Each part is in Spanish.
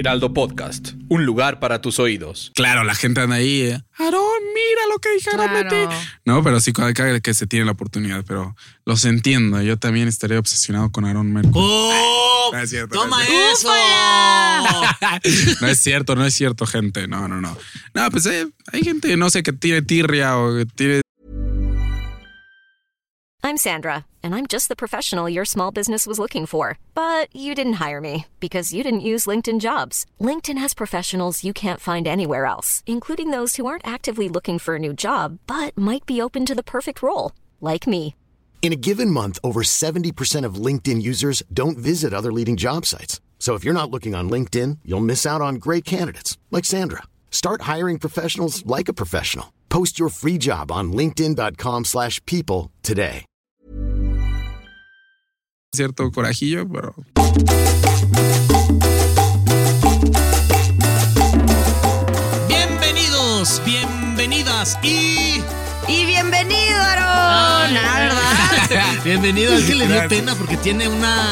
Heraldo Podcast, un lugar para tus oídos. Claro, la gente anda ahí. Aarón, mira lo que dijeron de ti. No, pero sí, cada que se tiene la oportunidad, pero los entiendo. Yo también estaría obsesionado con Aarón Mercury. ¡Oh! No es cierto. ¡Toma eso! No es cierto, gente. No. No, pues hay gente, no sé, que tiene tirria o que tiene... I'm Sandra, and I'm just the professional your small business was looking for. But you didn't hire me because you didn't use LinkedIn Jobs. LinkedIn has professionals you can't find anywhere else, including those who aren't actively looking for a new job, but might be open to the perfect role, like me. In a given month, over 70% of LinkedIn users don't visit other leading job sites. So if you're not looking on LinkedIn, you'll miss out on great candidates like Sandra. Start hiring professionals like a professional. Post your free job on linkedin.com/people today. Cierto corajillo, pero... Bienvenidos, bienvenidas y bienvenido, Aarón. ¿Verdad? bienvenido. Es que le dio pena porque tiene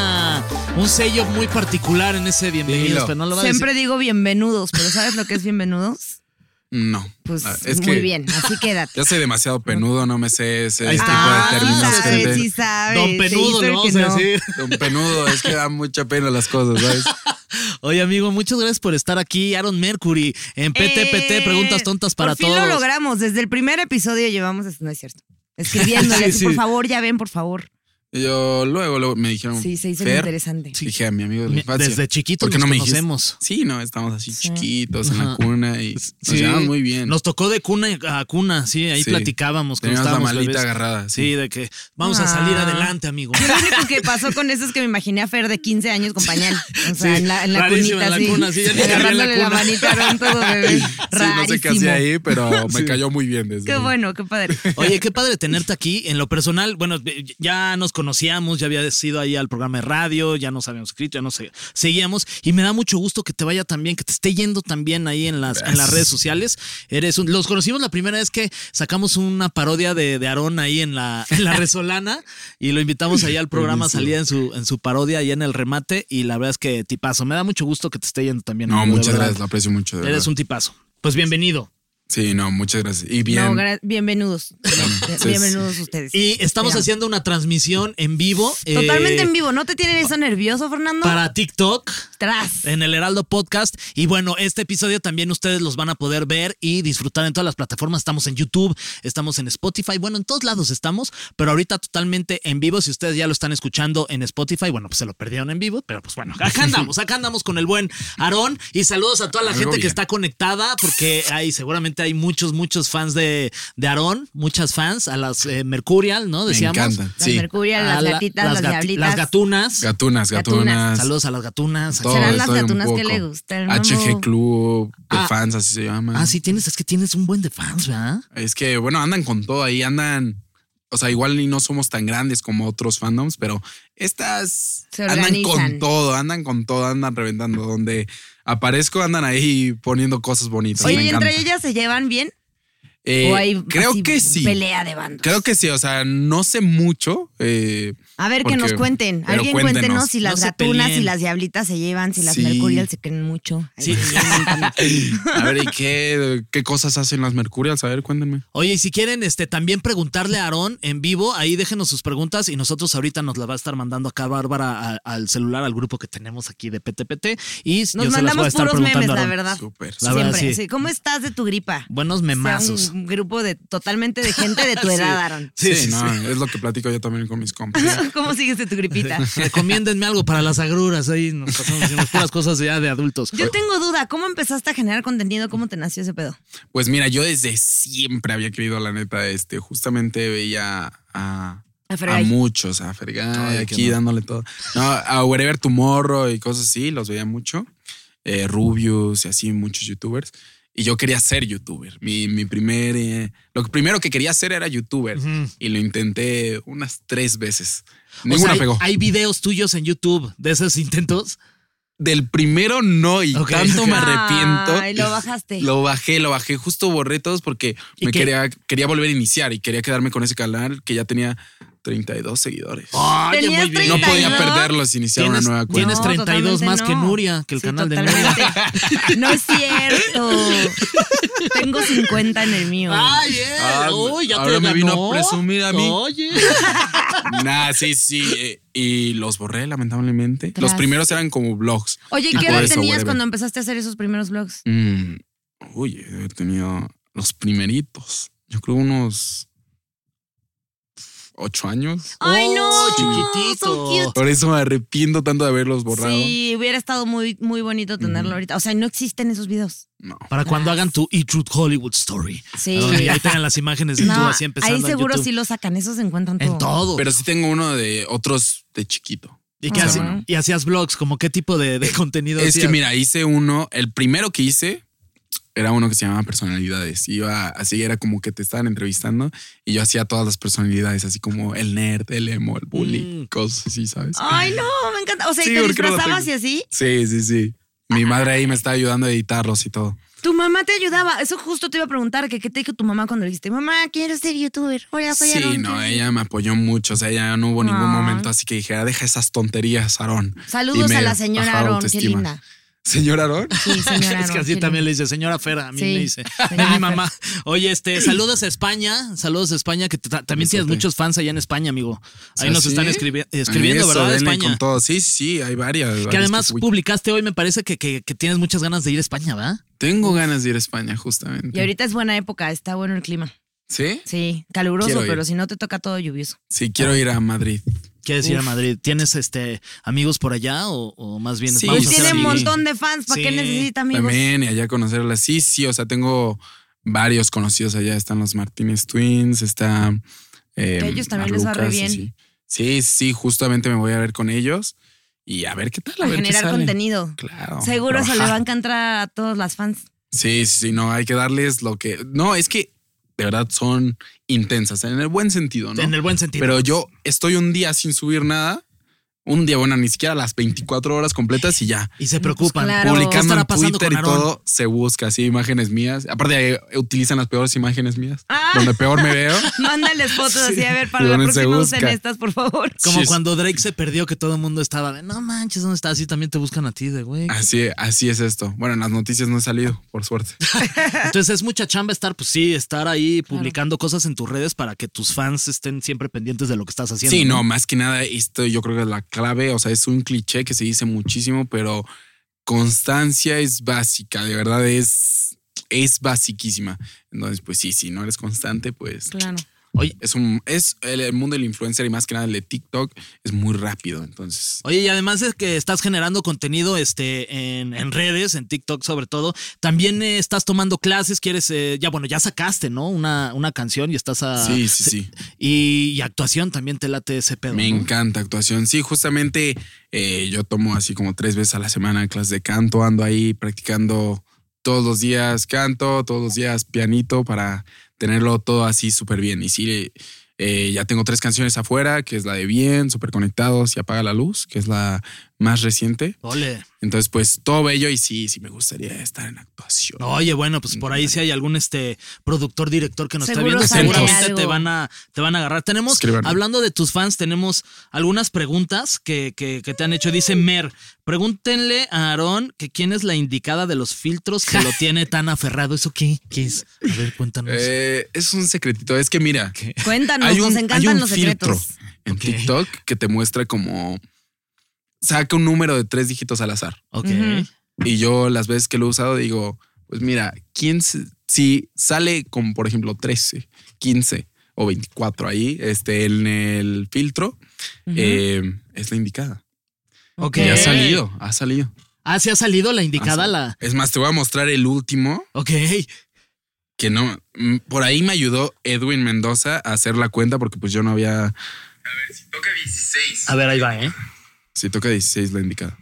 un sello muy particular en ese bienvenidos, pero no lo va a decir. Siempre digo bienvenudos, pero ¿sabes lo que es bienvenudos? No. Pues es muy que bien, así quédate. Yo soy demasiado penudo, no me sé ese tipo Ah, de términos. gente. Sí sabe. Don Penudo, te ¿no? hizo el que Vamos a decir. Don Penudo, es que da mucha pena las cosas, ¿sabes? Oye, amigo, muchas gracias por estar aquí. Aaron Mercury en PTPT, preguntas tontas para por fin todos. Lo logramos, desde el primer episodio llevamos, no es cierto, escribiéndoles, Sí. por favor, ya ven, por favor. Y yo luego me dijeron. Sí, se hizo Fer, interesante. Sí. Dije a mi amigo de la infancia. Desde chiquitos ¿por qué nos no me dijiste? conocemos. Sí, no, estamos así Sí. chiquitos en la Ajá. cuna y nos Sí. llevamos muy bien. Nos tocó de cuna a cuna, sí, ahí Sí. platicábamos. Cuando Teníamos la estábamos malita bebés. agarrada. Sí, de que vamos a salir adelante, amigo. Yo lo único que pasó con eso es que me imaginé a Fer de 15 años con pañal. O sea, Sí, en la rarísimo, cunita, en la sí. cuna, sí, ya ni cabía en la Agarrándole la cuna. manita a Aarón todo bebé. Sí, Rarísimo. no sé qué hacía ahí, pero me cayó muy bien desde Qué ahí. bueno, qué padre. Oye, qué padre tenerte aquí. En lo personal, bueno, ya nos conocíamos, ya habías ido ahí al programa de radio, ya nos habíamos escrito, ya nos seguíamos. Y me da mucho gusto que te vaya tan bien, que te esté yendo tan bien ahí en las redes sociales. Los conocimos la primera vez que sacamos una parodia de Aarón ahí en la Resolana y lo invitamos ahí al programa, salía en su parodia ahí en el remate y la verdad es que tipazo. Me da mucho gusto que te esté yendo también. No, amigo, de muchas verdad. gracias, lo aprecio mucho. De Eres verdad. un tipazo. Pues bienvenido. Sí, no, muchas gracias. Y bien. No, bienvenidos. Bienvenidos ustedes. Y estamos Te amo. haciendo una transmisión en vivo. Totalmente en vivo. ¿No te tienen eso nervioso, Fernando? Para TikTok. Tras. En el Heraldo Podcast. Y bueno, este episodio también ustedes los van a poder ver y disfrutar en todas las plataformas. Estamos en YouTube, estamos en Spotify. Bueno, en todos lados estamos, pero ahorita totalmente en vivo. Si ustedes ya lo están escuchando en Spotify, bueno, pues se lo perdieron en vivo, pero pues bueno, acá andamos con el buen Aarón. Y saludos a toda la Algo gente que bien. está conectada, porque seguramente hay muchos fans de Aarón, muchas fans, a las Mercurial, ¿no? Decíamos. Me encantan. Las Sí. Mercurial, las gatitas, las diablitas. Las gatunas. Gatunas. Saludos a las gatunas. Todo, Serán las estoy un gatunas que poco. le gustan. HG Club de Ah. fans, así se llama. Ah, sí, es que tienes un buen de fans, ¿verdad? Es que, bueno, andan con todo ahí, andan. O sea, igual y no somos tan grandes como otros fandoms, pero estas Se andan organizan. con todo, andan reventando. Donde aparezco, andan ahí poniendo cosas bonitas. Oye, me ¿y entre encanta. ellas se llevan bien? ¿O hay creo así que sí. pelea de bandos? Creo que sí, o sea, no sé mucho. A ver, que porque- nos cuenten. pero Alguien cuéntenos. cuéntenos si las No se gatunas peleen. y las diablitas se llevan, si las Sí. Mercurial se creen mucho. Ay, Sí. A ver, ¿y qué cosas hacen las Mercurials? A ver, cuéntenme. Oye, y si quieren también preguntarle a Aarón en vivo, ahí déjenos sus preguntas y nosotros ahorita nos las va a estar mandando acá Bárbara al celular, al grupo que tenemos aquí de PTPT. Y Nos yo se las voy a mandamos estar puros preguntando memes, a la Aarón. verdad. Súper. La verdad, Siempre. sí. Sí. ¿Cómo estás de tu gripa? Buenos memazos. Un grupo totalmente de gente de tu edad, Aarón. Sí, no, es lo que platico yo también con mis compas. ¿Cómo sigues de tu gripita? Recomiéndenme algo para las agruras, ahí nos pasamos haciendo puras cosas ya de adultos. Yo tengo duda, ¿cómo empezaste a generar contenido? ¿Cómo te nació ese pedo? Pues mira, yo desde siempre había querido, la neta, justamente veía a Fergay. muchos, a Fergay, Ay, aquí qué no. dándole todo. No, a Wherever Tomorrow y cosas así, los veía mucho. Rubius y así, muchos youtubers. Y yo quería ser youtuber. Lo primero que quería hacer era youtuber. Ujú. Y lo intenté unas 3 veces. O Ninguna sea, pegó. hay videos tuyos en YouTube de esos intentos. Del primero no, y Ok. tanto me arrepiento. Ay, lo bajaste. Lo bajé, justo borré todos porque ¿Y me qué? quería volver a iniciar y quería quedarme con ese canal que ya tenía 32 seguidores. Oye, ¿Tenías muy bien. No 32? podía perderlos, iniciar una nueva cuenta. Tienes No, 32 totalmente más que no. Nuria, que el Sí, canal de totalmente. Nuria. No es cierto. Tengo 50 en el mío. Ay, uy, ya ahora te me vino ganó. a presumir a mí. Oye. Nah, sí. Y los borré, lamentablemente. Tras. Los primeros eran como vlogs. Oye, tipo ¿qué edad eso, tenías whatever. cuando empezaste a hacer esos primeros vlogs? Uy, he de haber tenido los primeritos. Yo creo unos 8 años. ¡Ay, no! chiquitito. So cute. Por eso me arrepiento tanto de haberlos borrado. Sí, hubiera estado muy, muy bonito tenerlo ahorita. O sea, no existen esos videos. No. Para cuando hagan tu E-Truth Hollywood Story. Sí. Donde ahí tengan las imágenes de tú No, así empezando ahí en seguro YouTube. sí lo sacan. Esos se encuentran todo. En todo. Pero sí tengo uno de otros de chiquito. ¿Y qué Ah, hacías? bueno. Y hacías vlogs, como qué tipo de contenido Es hacías? que mira, hice uno, el primero que hice era uno que se llamaba personalidades. Iba así, era como que te estaban entrevistando y yo hacía todas las personalidades, así como el nerd, el emo, el bully, cosas así, ¿sabes? Ay, no, me encanta. O sea, ¿y Sí, te porque no lo disfrazabas y tengo. así? Sí. Mi madre ahí me estaba ayudando a editarlos y todo. Tu mamá te ayudaba. Eso justo te iba a preguntar. ¿Qué te dijo tu mamá cuando le dijiste, mamá, quiero ser youtuber? Hola, soy Sí, Aarón, no, quiero ser-". ella me apoyó mucho. O sea, ella no hubo ningún Ay. momento así que dijera, deja esas tonterías, Aarón. Saludos Y me a la señora bajaba Aarón, qué autoestima. linda. ¿Señor Aarón? Sí, señora Es que Aarón, así qué también linda. le dice, señora Fera, a mí Sí, me dice. señora Es mi Fer. mamá. Oye, saludos a España. Saludos a España, que también tienes Besote. muchos fans allá en España, amigo. Ahí ¿Ah, nos sí? están escribiendo, Eso, ¿verdad? De denle España. con todo. Sí, hay varias. Que varias además fui. publicaste hoy, me parece que tienes muchas ganas de ir a España, ¿verdad? Tengo ganas de ir a España, justamente. Y ahorita es buena época, está bueno el clima. ¿Sí? Sí, caluroso, Quiero ir. pero si no te toca todo lluvioso. Sí, quiero ir a Madrid. ¿Quieres ir a Madrid? ¿Tienes amigos por allá o más bien Sí, vamos Pues a hacer tiene un amigos? montón de fans, ¿para qué Sí, necesita amigos? También, y allá conocerla. Sí, o sea, tengo varios conocidos allá. Están los Martínez Twins, está... Que ellos también les va re Arlucas, bien. así. Sí, justamente me voy a ver con ellos y a ver qué tal. A ver qué generar sale. contenido. Claro. Seguro eso le trabajar. va a encantar a todos las fans. Sí, no, hay que darles lo que... No, es que de verdad son intensas, en el buen sentido, ¿no? En el buen sentido. Pero yo estoy un día sin subir nada. Un día, bueno, ni siquiera las 24 horas completas y ya. Y se preocupan. Claro. ¿Qué Publicando estará en pasando Twitter con y Aarón? todo, se busca así imágenes mías. Aparte, utilizan las peores imágenes mías. Ah. Donde peor me veo. Mándales fotos así, a ver, para ¿Y la dónde se próxima usen busca? estas, por favor. Como Sí, cuando Drake se perdió, que todo el mundo estaba de no manches, ¿dónde está? Así también te buscan a ti, de güey. Así es esto. Bueno, en las noticias no he salido, por suerte. Entonces es mucha chamba estar ahí publicando cosas en tus redes para que tus fans estén siempre pendientes de lo que estás haciendo. Sí, no, más que nada, esto yo creo que es la clave. O sea, es un cliché que se dice muchísimo, pero constancia es básica, de verdad es basiquísima. Entonces, pues sí, si no eres constante, pues Claro. Oye, el mundo del influencer y más que nada el de TikTok es muy rápido. Entonces, y además de que estás generando contenido en redes, en TikTok sobre todo, también estás tomando clases, quieres, ya sacaste, ¿no? Una canción y estás a... sí. Y actuación también te late ese pedo. Me ¿no? encanta actuación. Sí, justamente yo tomo así como 3 veces a la semana clases de canto, ando ahí practicando todos los días canto, todos los días pianito para tenerlo todo así súper bien. Y sí, ya tengo 3 canciones afuera, que es la de Bien, Súper Conectados y Apaga la Luz, que es la más reciente. Ole. Entonces, pues todo bello y sí me gustaría estar en actuación. Oye, bueno, pues por ahí si hay algún productor, director que nos Seguro está viendo, sale seguramente algo. te van a agarrar. Tenemos, Escríbanos. hablando de tus fans, tenemos algunas preguntas que te han hecho. Dice Mer, pregúntenle a Aarón que quién es la indicada de los filtros que lo tiene tan aferrado. ¿Eso qué es? A ver, cuéntanos. Es un secretito. Es que mira, Cuéntanos, nos encantan los filtro secretos. en Ok. TikTok que te muestra como saca un número de 3 dígitos al azar. Ok. Y yo las veces que lo he usado digo, pues mira, si sale como por ejemplo 13, 15 o 24 ahí en el filtro, es la indicada. Ok. Y ha salido. Ah, ¿sí ha salido la indicada? la Es más, te voy a mostrar el último Ok. que no. Por ahí me ayudó Edwin Mendoza a hacer la cuenta porque pues yo no había. A ver, si toca 16. A ver, ahí va, ¿eh? Si toca 16 la indicada.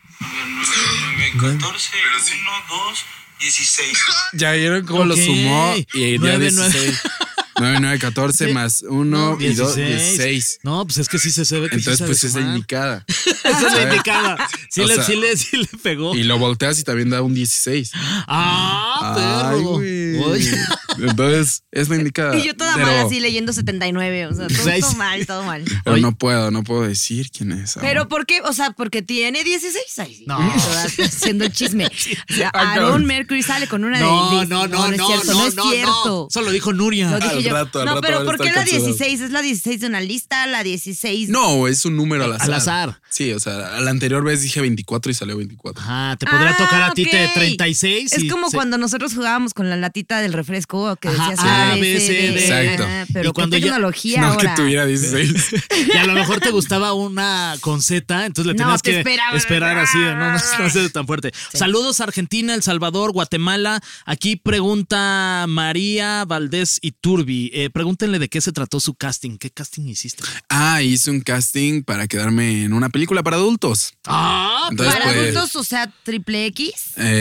9, 14, 1, 2, 16. Ya vieron cómo lo Ok. sumó y ya 9, 16. 9, 9, 14 Sí. más 1 y 2, 16. No, pues es que sí se ve que Entonces, sí pues sabe es la sumar. indicada. Esa es la indicada. Sí, O le, sea, sí le pegó. Y lo volteas y también da un 16. Ah, Ay, perro. güey. Oye. Entonces, es la indicada. Y yo toda mal así leyendo 79. O sea, todo mal, todo mal. Pero no puedo decir quién es. ¿Pero por qué? O sea, porque tiene 16. Ay, sí. No. Haciendo el chisme. O sea, Aaron Mercury sale con una No, de... no es cierto. Solo dijo Nuria. Lo dije yo. Al rato Pero van a ¿por qué estar la cancelados. 16? ¿Es la 16 de una lista? ¿La 16? No, es un número al azar. Al azar. Sí, o sea, a la anterior vez dije 24 y salió 24. Ajá, te podría tocar a ti ok. de 36. Es y como cuando nosotros jugábamos con la latita del refresco que Ajá, decías A, B, C, D. Exacto. Pero Y cuando qué ya- tecnología No ahora. que tuviera 16. Y a lo mejor te gustaba una con Z, entonces le No, tenías te que esperaba. esperar así, no ser tan fuerte. Saludos a Argentina, El Salvador, Guatemala. Aquí pregunta María Valdés Iturbi. Pregúntenle de qué se trató su casting. ¿Qué casting hiciste? Hice un casting para quedarme en una película para adultos. Entonces, Para pues, adultos, o sea, triple X.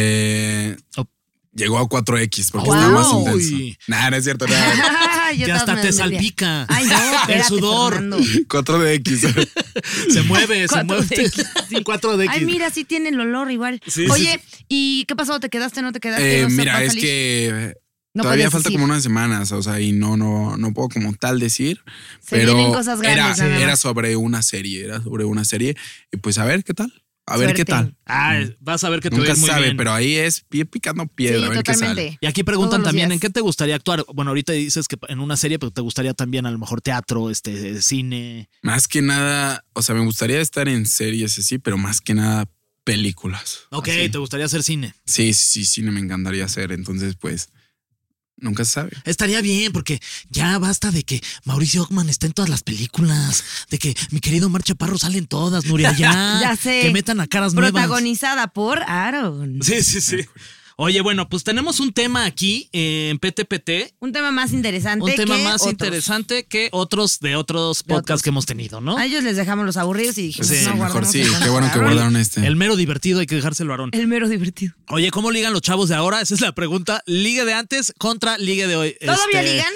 Llegó a 4X porque Wow. estaba más intenso. Uy. Nah, no es cierto. Nada. Yo Que hasta estaba te medio- salpica. Ay, no, espérate, el sudor. Fernando. 4DX. Se mueve, se 4DX. mueve. 4DX. Ay, mira, sí tiene el olor igual. Sí, Oye, ¿y qué pasó? ¿Te quedaste o no te quedaste? ¿Vas a Mira, es salir? que No todavía puedes falta decir. como unas semanas, o sea, y no puedo como tal decir. Se pero vienen cosas grandes, nada más. era sobre una serie, y pues a ver qué tal. A ver qué Suerte. tal. Vas a ver que te va a Nunca ir muy sabe, bien. pero ahí es pie picando Sí, piedra, a ver qué sale. totalmente. Y aquí preguntan Todos los también, días. ¿en qué te gustaría actuar? Bueno, ahorita dices que en una serie, pero te gustaría también a lo mejor teatro, cine. Más que nada, o sea, me gustaría estar en series así, pero más que nada películas. Ok, así. te gustaría hacer cine. Sí, cine me encantaría hacer, entonces pues nunca se sabe. Estaría bien, porque ya basta de que Mauricio Ockman está en todas las películas, de que mi querido Omar Chaparro sale en todas, Nuria, ya. Ya sé. Que metan a caras nuevas. Protagonizada por Aaron. Sí. Oye, bueno, pues tenemos un tema aquí en PTPT. Un tema más interesante. Un tema que más otros. interesante que otros de otros podcasts otros. que hemos tenido, ¿no? A ellos les dejamos los aburridos y dijimos, Sí, no, mejor guardamos sí, el qué bueno que Aaron. guardaron este. El mero divertido hay que dejárselo a Aarón. El mero divertido. Oye, ¿cómo ligan los chavos de ahora? Esa es la pregunta. Liga de antes contra liga de hoy. ¿Todavía ligan?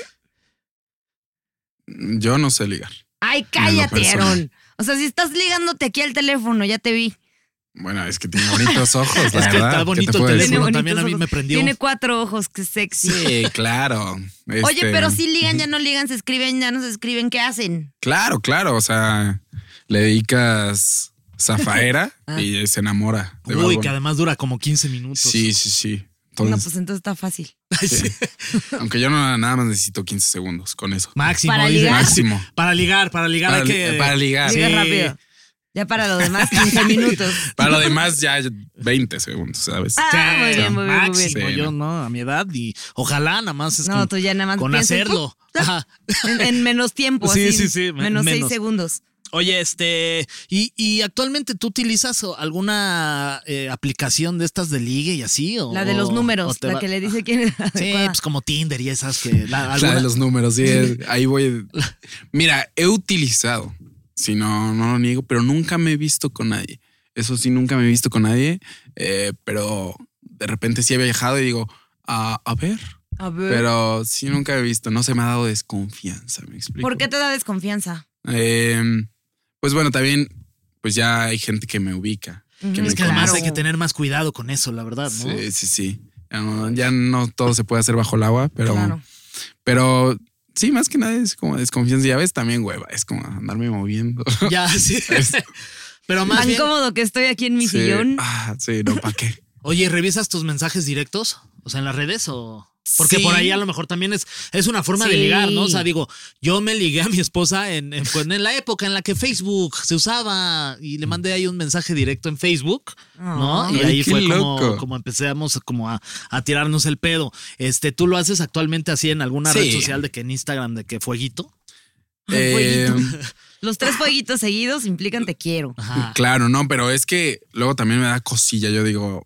Yo no sé ligar. Ay, cállate, personal. Aaron. O sea, si estás ligándote aquí al teléfono, ya te vi. Bueno, es que tiene bonitos ojos, la Es que verdad. está ¿Qué bonito te el puedo teléfono. decir? También a mí ojos. me prendió. Tiene 4 ojos, qué sexy. Sí, claro. Oye, pero si ligan, ya no ligan, se escriben, ya no se escriben, ¿qué hacen? Claro, o sea, le dedicas zafaera y se enamora. de Bad Uy, Bunny. que además dura como 15 minutos. Sí. No, Entonces, pues entonces está fácil. sí. Aunque yo nada más necesito 15 segundos con eso. Máximo. Para dice. ligar. Máximo. Para ligar. Para hay que... ligar. Sí. Liga rápido. Ya para lo demás, 15 minutos. Para lo demás ya 20 segundos, ¿sabes? Ah, muy bien, muy bien, muy Máximo, bien. Sí, yo no. no, a mi edad y ojalá nada más es No, con, tú ya nada más con piensas, hacerlo. ¡pum! Ajá. En menos tiempo, Sí, así. sí, Menos 6 menos. segundos. Oye, y actualmente tú utilizas alguna aplicación de estas de ligue y así o La de los o números, te la va- que le dice quién es la Sí, adecuada. pues como Tinder y esas que La alguna- de los números, sí. Ahí voy. Mira, he utilizado, si no lo niego, pero nunca me he visto con nadie. Eso sí, nunca me he visto con nadie, pero de repente sí he viajado y digo, a ver. A ver. Pero sí, nunca he visto. No se me ha dado desconfianza, me explico. ¿Por qué te da desconfianza? Pues bueno, también, pues ya hay gente que me ubica. Ujú, me Es que además claro. hay que tener más cuidado con eso, la verdad, ¿no? Sí. Ya no todo se puede hacer bajo el agua, Claro. pero sí, más que nada es como desconfianza. Ya ves, también hueva, es como andarme moviendo. Ya, sí. Pero más Tan bien, cómodo que estoy aquí en mi Sí. sillón. Sí, no, ¿para qué? oye, ¿revisas tus mensajes directos? O sea, en las redes o... Porque Sí. por ahí a lo mejor también es una forma de Sí. ligar, ¿no? O sea, digo, yo me ligué a mi esposa pues, en la época en la que Facebook se usaba y le mandé ahí un mensaje directo en Facebook, ¿no? Y Ay, ahí qué fue loco. como empezamos como a tirarnos el pedo. ¿Tú lo haces actualmente así en alguna Sí. red social de que en Instagram de que fueguito? Eh, Los 3 fueguitos seguidos implican te quiero. Ajá. claro, no, pero es que luego también me da cosilla. Yo digo,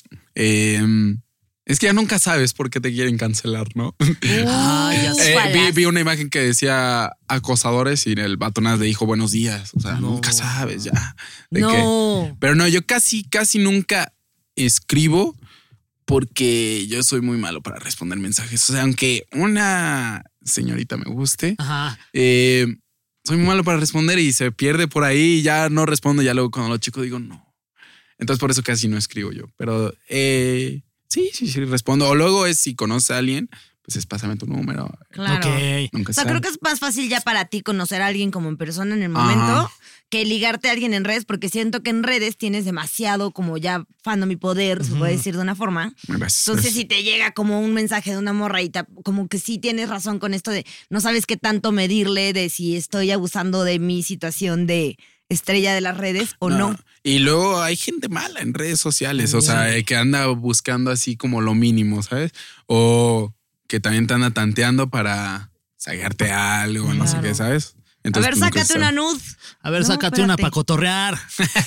es que ya nunca sabes por qué te quieren cancelar, ¿no? ya sé. Vi una imagen que decía acosadores y el vato nada le dijo buenos días. O sea, No. nunca sabes ya. No. Pero no, yo casi nunca escribo porque yo soy muy malo para responder mensajes. O sea, aunque una señorita me guste, Ajá. soy muy malo para responder y se pierde por ahí y ya no respondo. Ya luego cuando lo chico digo no. Entonces por eso casi no escribo yo. Pero sí, respondo. O luego es si conoce a alguien, pues es pásame tu número. Claro. Ok. Nunca O sea, sabe. creo que es más fácil ya para ti conocer a alguien como en persona en el momento Ajá. que ligarte a alguien en redes, porque siento que en redes tienes demasiado como ya fandom y poder, se puede decir de una forma. Gracias. Entonces, si te llega como un mensaje de una morra y como que sí tienes razón con esto de no sabes qué tanto medirle de si estoy abusando de mi situación de estrella de las redes o no. Y luego hay gente mala en redes sociales, o sea, que anda buscando así como lo mínimo, ¿sabes? O que también te anda tanteando para sacarte algo, no sé Claro. qué, ¿sabes? A Entonces, ver, pues, nunca sácate se una sabe. nud. A ver, No, sácate una espérate. para cotorrear.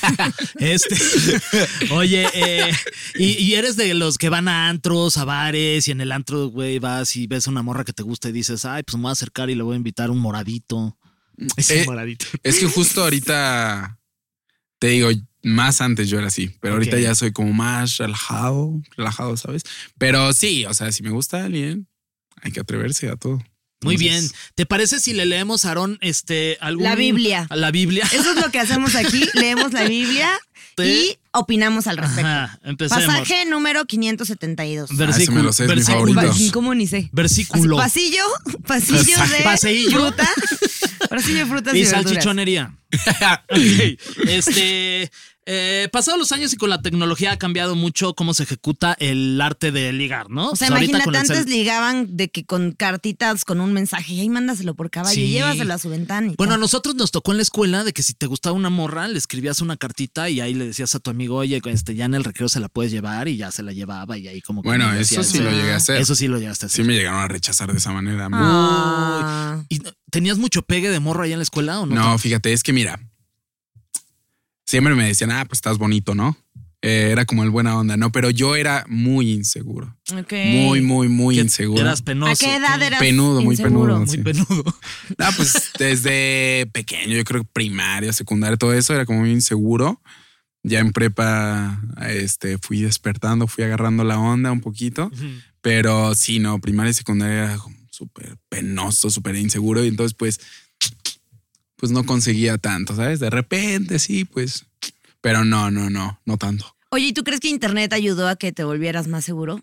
Oye, y eres de los que van a antros, a bares, y en el antro, güey, vas y ves una morra que te gusta y dices, ay, pues me voy a acercar y le voy a invitar un moradito. Es un moradito. Es que justo ahorita, te digo, más antes yo era así, pero ahorita Ok. ya soy como más relajado, ¿sabes? Pero sí, o sea, si me gusta alguien, hay que atreverse a todo. Muy bien. Entonces, ¿Te parece si le leemos a Aarón algún... La Biblia. La Biblia. Eso es lo que hacemos aquí. Leemos la Biblia y opinamos al respecto. Ajá, empecemos. Pasaje número 572. ese me lo sé, es mi favorito. ¿Cómo ni sé? Versículo. Pasillo de Paseillo. fruta. Pasillo de frutas y Y verduras. salchichonería. Ok. Pasados los años y con la tecnología ha cambiado mucho cómo se ejecuta el arte de ligar, ¿no? O sea, ahorita imagínate, con el antes cel- ligaban de que con cartitas, con un mensaje, y ahí mándaselo por caballo, Sí. y llévaselo a su ventana. Bueno, a nosotros nos tocó en la escuela de que si te gustaba una morra, le escribías una cartita y ahí le decías a tu amigo, oye, ya en el recreo se la puedes llevar, y ya se la llevaba y ahí como que... Bueno, le eso hacías- sí lo llegué a hacer. Eso sí lo llegaste a hacer. Sí me llegaron a rechazar de esa manera. Ah. ¿Y tenías mucho pegue de morro allá en la escuela o no? No, fíjate, es que mira, siempre me decían, pues estás bonito, ¿no? Era como el buena onda, ¿no? Pero yo era muy inseguro. Ok. Muy Que inseguro. Eras penoso. ¿A qué edad eras Penudo, muy inseguro? penudo. Muy sí. penudo. No, pues desde pequeño, yo creo que primaria, secundaria, todo eso era como muy inseguro. Ya en prepa, fui despertando, fui agarrando la onda un poquito. Pero sí, no, primaria y secundaria era como súper penoso, súper inseguro. Y entonces, pues no conseguía tanto, ¿sabes? De repente, sí, pues. Pero no tanto. Oye, ¿y tú crees que internet ayudó a que te volvieras más seguro?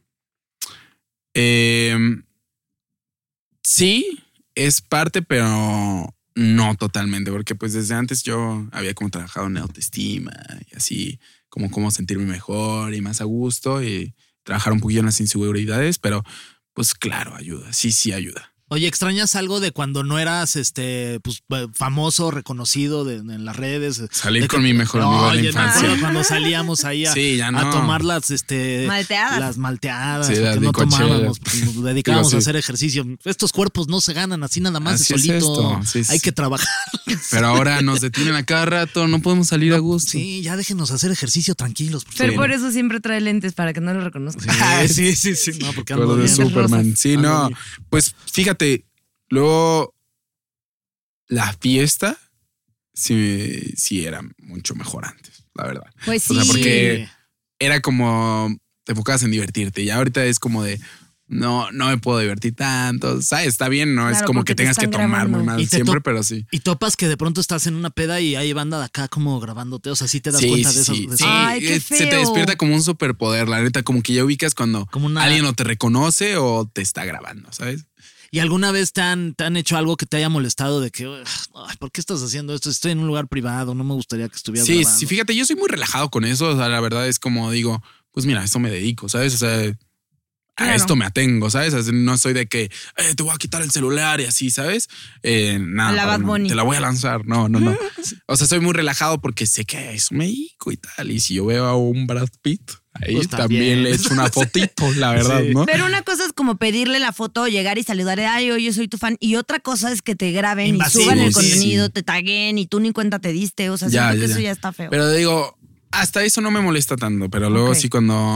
Sí, es parte, pero no totalmente, porque pues desde antes yo había como trabajado en autoestima y así, como cómo sentirme mejor y más a gusto y trabajar un poquillo en las inseguridades, pero pues claro, ayuda, sí ayuda. Oye, ¿extrañas algo de cuando no eras pues famoso, reconocido en las redes? Salir De con mi mejor amigo de la Oye, me infancia. acuerdo cuando salíamos ahí Sí, ya no. a tomar las Malteadas. las malteadas, Sí, porque las no licuachelas. tomábamos, porque nos dedicábamos Digo, a sí. hacer ejercicio. Estos cuerpos no se ganan así nada más Así de es solito. esto, sí. Hay que trabajar. Pero ahora nos detienen a cada rato, no podemos salir a gusto. Sí, ya déjenos hacer ejercicio tranquilos. Por Pero favor. por eso siempre trae lentes para que no lo reconozcan. Sí. No, porque ando Todo de bien. Superman. Sí, Ando no. bien. Pues fíjate, luego la fiesta sí era mucho mejor antes, la verdad. Pues sí. O sea, porque era como te enfocabas en divertirte y ahorita es como de no me puedo divertir tanto. ¿Sabes? Está bien, no es Claro, como porque que te tengas que están tomar grabando. muy mal Y te siempre, to- pero sí. Y topas que de pronto estás en una peda y hay banda de acá como grabándote. O sea, sí te das Sí, cuenta sí, de eso. sí, de sí. eso. Ay, qué Se te feo. despierta como un superpoder, la neta, como que ya ubicas cuando Como una- alguien o te reconoce o te está grabando, ¿sabes? ¿Y alguna vez te han hecho algo que te haya molestado de que, ay, ¿por qué estás haciendo esto? Estoy en un lugar privado, no me gustaría que estuvieras Sí, grabando. sí, fíjate, yo soy muy relajado con eso. O sea, la verdad es como digo, pues mira, a esto me dedico, ¿sabes? O sea, a Claro. esto me atengo, ¿sabes? O sea, no soy de que te voy a quitar el celular y así, ¿sabes? Nada, A la para Bad Bunny. te la voy a lanzar. No. O sea, soy muy relajado porque sé que a eso me dedico y tal. Y si yo veo a un Brad Pitt, ahí Pues también también. le echo una fotito, la verdad, Sí. ¿no? Pero una cosa es como pedirle la foto, llegar y saludar, ay, oye, soy tu fan. Y otra cosa es que te graben Invasivo, y suban el sí, contenido, sí. te taguen y tú ni cuenta te diste. O sea, Ya, siento que ya, eso ya. ya está feo. Pero digo, hasta eso no me molesta tanto, pero luego Ok. sí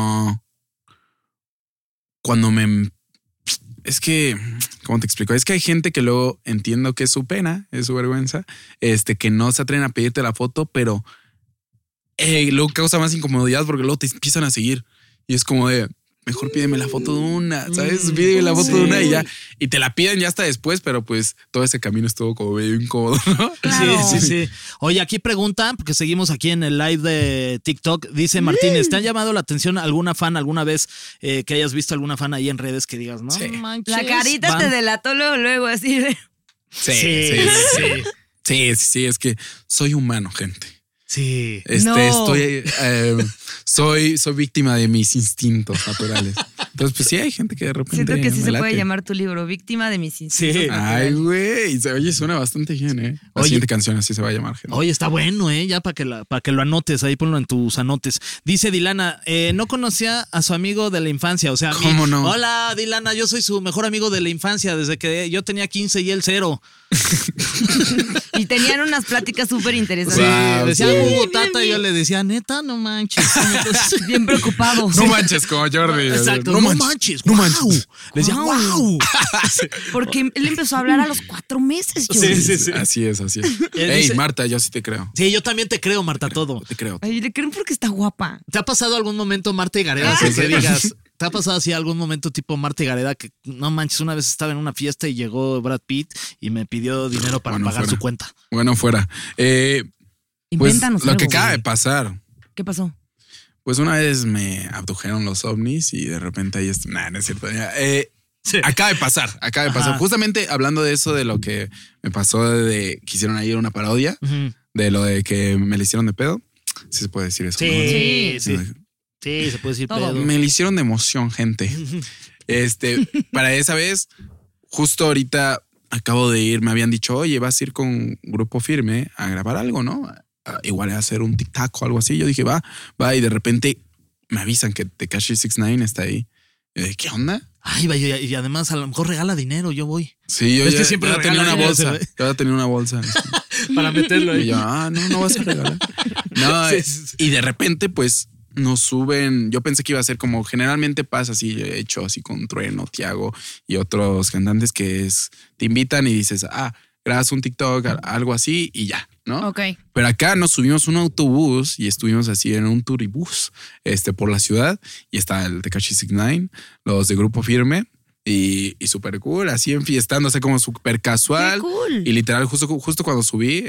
cuando me... Es que, ¿cómo te explico? Es que hay gente que luego entiendo que es su pena, es su vergüenza, que no se atreven a pedirte la foto, pero luego causa más incomodidad porque luego te empiezan a seguir y es como de, mejor pídeme la foto de una, ¿sabes? Pídeme la foto de una y ya. Y te la piden ya hasta después, pero pues todo ese camino estuvo como medio incómodo, ¿no? Claro. Sí. Oye, aquí preguntan, porque seguimos aquí en el live de TikTok, dice Martínez, ¿te han llamado la atención alguna fan alguna vez que hayas visto alguna fan ahí en redes que digas, no manches? La carita te delató luego así de... Sí, es que soy humano, gente. Sí. Soy víctima de mis instintos naturales. Entonces, pues sí, hay gente que de repente. Siento que sí me se late. puede llamar tu libro, Víctima de mis instintos. Sí. Ay, güey. Oye, suena bastante bien, ¿eh? La siguiente canción así se va a llamar, gente. Oye, está bueno, ya para que lo anotes, ahí ponlo en tus anotes. Dice Dilana, no conocía a su amigo de la infancia, o sea, a mí. ¿Cómo no? Hola, Dilana, yo soy su mejor amigo de la infancia, desde que yo tenía 15 y él 0. Y tenían unas pláticas súper interesantes. Wow, decía sí. Hugo Tata y yo le decía, neta, no manches. Bien preocupado. No manches, como Jordi. Exacto, no manches. No wow. manches. Le decía, wow. Porque él empezó a hablar a los 4 meses, yo. Sí. Así es. Él Ey, dice- Marta, yo sí te creo. Sí, yo también te creo, Marta, todo. Te creo. Ay, le creen porque está guapa. ¿Te ha pasado algún momento, Marta y Gareda, que digas, ¿te ha pasado así algún momento tipo Marta y Gareda que no manches, una vez estaba en una fiesta y llegó Brad Pitt y me pidió dinero para Bueno, pagar fuera. su cuenta? Bueno, fuera. Pues Invéntanos lo que algo. acaba de pasar. ¿Qué pasó? Pues una vez me abdujeron los ovnis y de repente ahí está. Nah, no es cierto. Sí. Acaba de pasar. Ajá. Justamente hablando de eso, de lo que me pasó de que hicieron ayer una parodia, Ujú. de lo de que me le hicieron de pedo. Sí se puede decir eso. Sí, ¿no? sí, se puede decir Todo. pedo. Me le hicieron de emoción, gente. Para esa vez, justo ahorita acabo de ir, me habían dicho, oye, vas a ir con Grupo Firme a grabar algo, ¿no? Igual a hacer un tic-tac o algo así. Yo dije, va, y de repente me avisan que Tekashi 69 está ahí. Y yo dije, ¿qué onda? Ay, vaya, y además a lo mejor regala dinero, yo voy. Sí, yo Es que ya, siempre ya tenía regala una dinero bolsa. ese güey. Yo ya tenía una bolsa. Para meterlo Y ahí. yo, no vas a regalar. No, Sí, sí. y de repente, pues, nos suben. Yo pensé que iba a ser como generalmente pasa así, hecho así con Trueno, Tiago y otros cantantes que te invitan y dices, grabas un TikTok, algo así y ya, ¿no? Ok. Pero acá nos subimos un autobús y estuvimos así en un turibús por la ciudad y está el Tekashi 69, los de Grupo Firme. Y súper cool, así enfiestándose como súper casual. Qué cool. Y literal, justo cuando subí,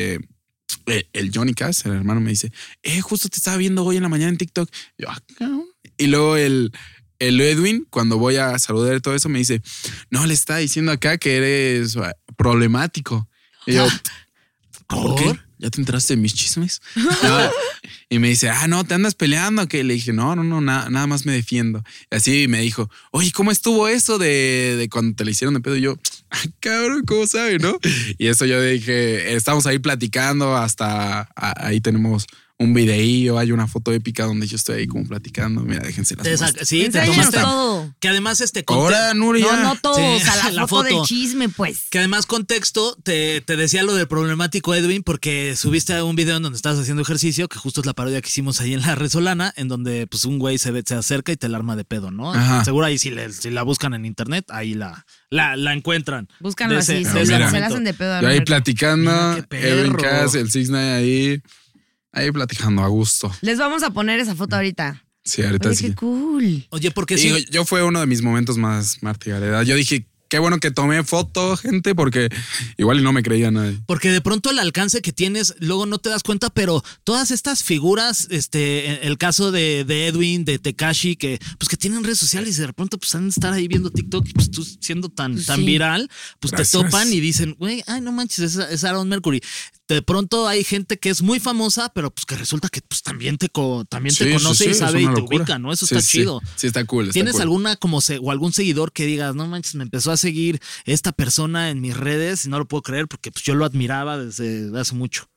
el Johnny Cass, el hermano, me dice, justo te estaba viendo hoy en la mañana en TikTok. Y yo, cabrón. Y luego el Edwin, cuando voy a saludar y todo eso, me dice, no, le está diciendo acá que eres problemático. Y yo, ¿por qué? ¿Ya te enteraste de mis chismes? No. Y me dice, no, te andas peleando. Que le dije, no, nada más me defiendo. Y así me dijo, oye, ¿cómo estuvo eso de cuando te le hicieron de pedo? Y yo, cabrón, ¿cómo sabe, no? Y eso yo dije, estamos ahí platicando hasta ahí tenemos un videillo, hay una foto épica donde yo estoy ahí como platicando. Mira, déjense las muestras. Sí, te Enséñanos tomaste todo. Que además Ahora, Nuria. No todo. Sí, O sea, la, la foto foto. del chisme, pues. Que además contexto, te decía lo del problemático Edwin porque subiste un video en donde estabas haciendo ejercicio, que justo es la parodia que hicimos ahí en la Resolana, en donde pues un güey se acerca y te la arma de pedo, ¿no? Ajá. Seguro ahí si la buscan en internet, ahí la encuentran. Búscanlo De ese- así. de Se ese la momento. hacen de pedo. a Yo ahí Roberto. platicando, Mira, qué Edwin perro. Cass, el 69 ahí platicando a gusto. Les vamos a poner esa foto ahorita. Sí, ahorita Oye, sí. qué cool. Oye, porque Digo, sí. yo fue uno de mis momentos más Marta y Gareda. Yo dije, qué bueno que tomé foto, gente, porque igual no me creía nadie. Porque de pronto el alcance que tienes, luego no te das cuenta, pero todas estas figuras, el caso de Edwin, de Tekashi, que tienen redes sociales y de pronto pues han de estar ahí viendo TikTok y pues tú siendo tan Sí. viral, pues Gracias. te topan y dicen, güey, ay, no manches, es Aaron Mercury. De pronto hay gente que es muy famosa, pero pues que resulta que pues también te conoce y es sabe y una te locura. ubica, ¿no? Eso Sí, está sí. chido. Sí, está cool. ¿Tienes cool. alguna o algún seguidor que digas, no manches, me empezó a seguir esta persona en mis redes y no lo puedo creer porque pues yo lo admiraba desde hace mucho?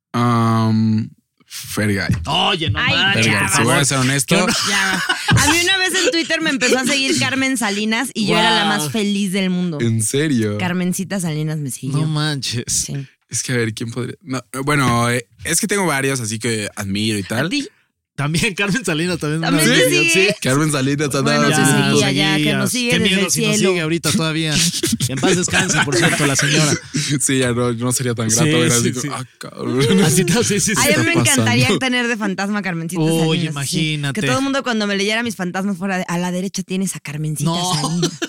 Fergay. Oye, no Ay, manches, ya, Fergay. por Si voy favor. a ser honesto, Yo no- Ya. A mí una vez en Twitter me empezó a seguir Carmen Salinas y yo era la más feliz del mundo. en serio. Carmencita Salinas me siguió. No manches. Sí. Es que a ver, ¿quién podría? No, bueno, es que tengo varios, así que admiro y ¿A tal. ti? También Carmen Salinas también. ¿También una te versión, sigue? sí. Carmen Salinas andaba Bueno, así. se seguía los ya, que seguías. nos sigue Qué desde miedo el si nos cielo. sigue ahorita todavía. En paz descanse, por cierto, la señora. Sí, ya no sería tan grato Sí, ver sí, así. sí. Cabrón. Así está, sí. Ay, a mí me está encantaría pasando? tener de fantasma a Carmencita Uy, Salinas. así. imagínate. Que todo el mundo cuando me leyera mis fantasmas fuera de, a la derecha tienes a Carmencita No. Salinas.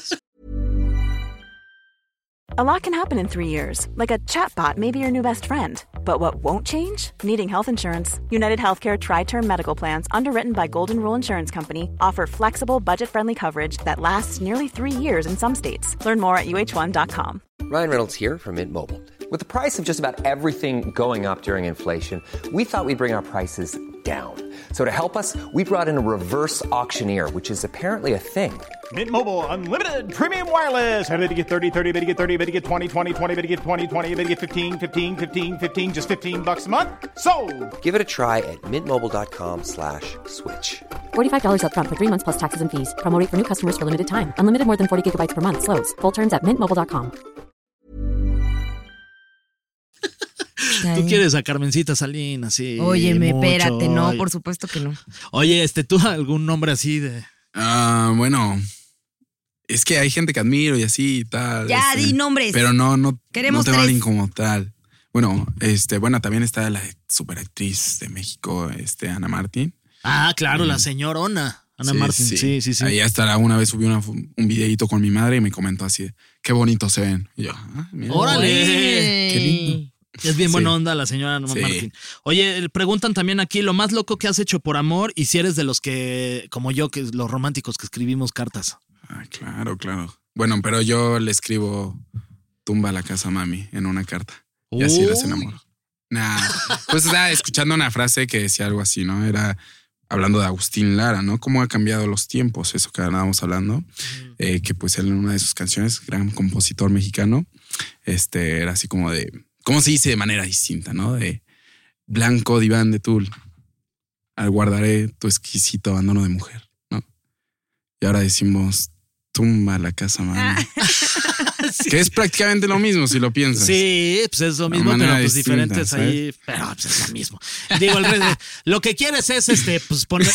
A lot can happen in 3 years, like a chatbot may be your new best friend. But what won't change? Needing health insurance. United Healthcare Tri-Term Medical Plans, underwritten by Golden Rule Insurance Company, offer flexible, budget-friendly coverage that lasts nearly 3 years in some states. Learn more at uh1.com. Ryan Reynolds here from Mint Mobile. With the price of just about everything going up during inflation, we thought we'd bring our prices down. So to help us, we brought in a reverse auctioneer, which is apparently a thing. Mint Mobile Unlimited Premium Wireless. How to get 30, 30, how to get 30, how to get 20, 20, 20, how to get 20, 20, how to get 15, 15, 15, 15, just $15 a month? Sold! Give it a try at mintmobile.com/switch. $45 up front for 3 months plus taxes and fees. Promo rate for new customers for limited time. Unlimited more than 40 gigabytes per month. Slows full terms at mintmobile.com. Tú quieres a Carmencita Salinas, sí. Óyeme, mucho. espérate, no, Oye. por supuesto que no. Oye, ¿tú algún nombre así de...? Bueno, es que hay gente que admiro y así y tal. Ya, di nombres. Pero no Queremos tengo a 3. alguien como tal. Bueno, también está la superactriz de México, Ana Martín. Ah, claro, la señorona. Ana Martín, sí. Ahí hasta una vez subí un videíto con mi madre y me comentó así, qué bonitos se ven. Y yo, mira. ¡Órale! Qué lindo. Es bien buena Sí. onda la señora Ana Sí. Martín. Oye, preguntan también aquí, lo más loco que has hecho por amor y si eres de los que, como yo, que los románticos que escribimos cartas. Ah, claro. Bueno, pero yo le escribo tumba la casa mami en una carta. Y así las enamoro. Pues estaba escuchando una frase que decía algo así, ¿no? Era hablando de Agustín Lara, ¿no? Cómo ha cambiado los tiempos, eso que andábamos hablando. Que pues él en una de sus canciones, gran compositor mexicano, era así como de, ¿cómo se dice de manera distinta, no? De blanco diván de tul, guardaré tu exquisito abandono de mujer, ¿no? Y ahora decimos, tumba la casa mami. Sí. Que es prácticamente lo mismo si lo piensas. Sí, pues es lo mismo, manera pero pues distinta, diferentes ¿sabes? ahí. Pero pues es lo mismo. Digo, lo que quieres es pues poner.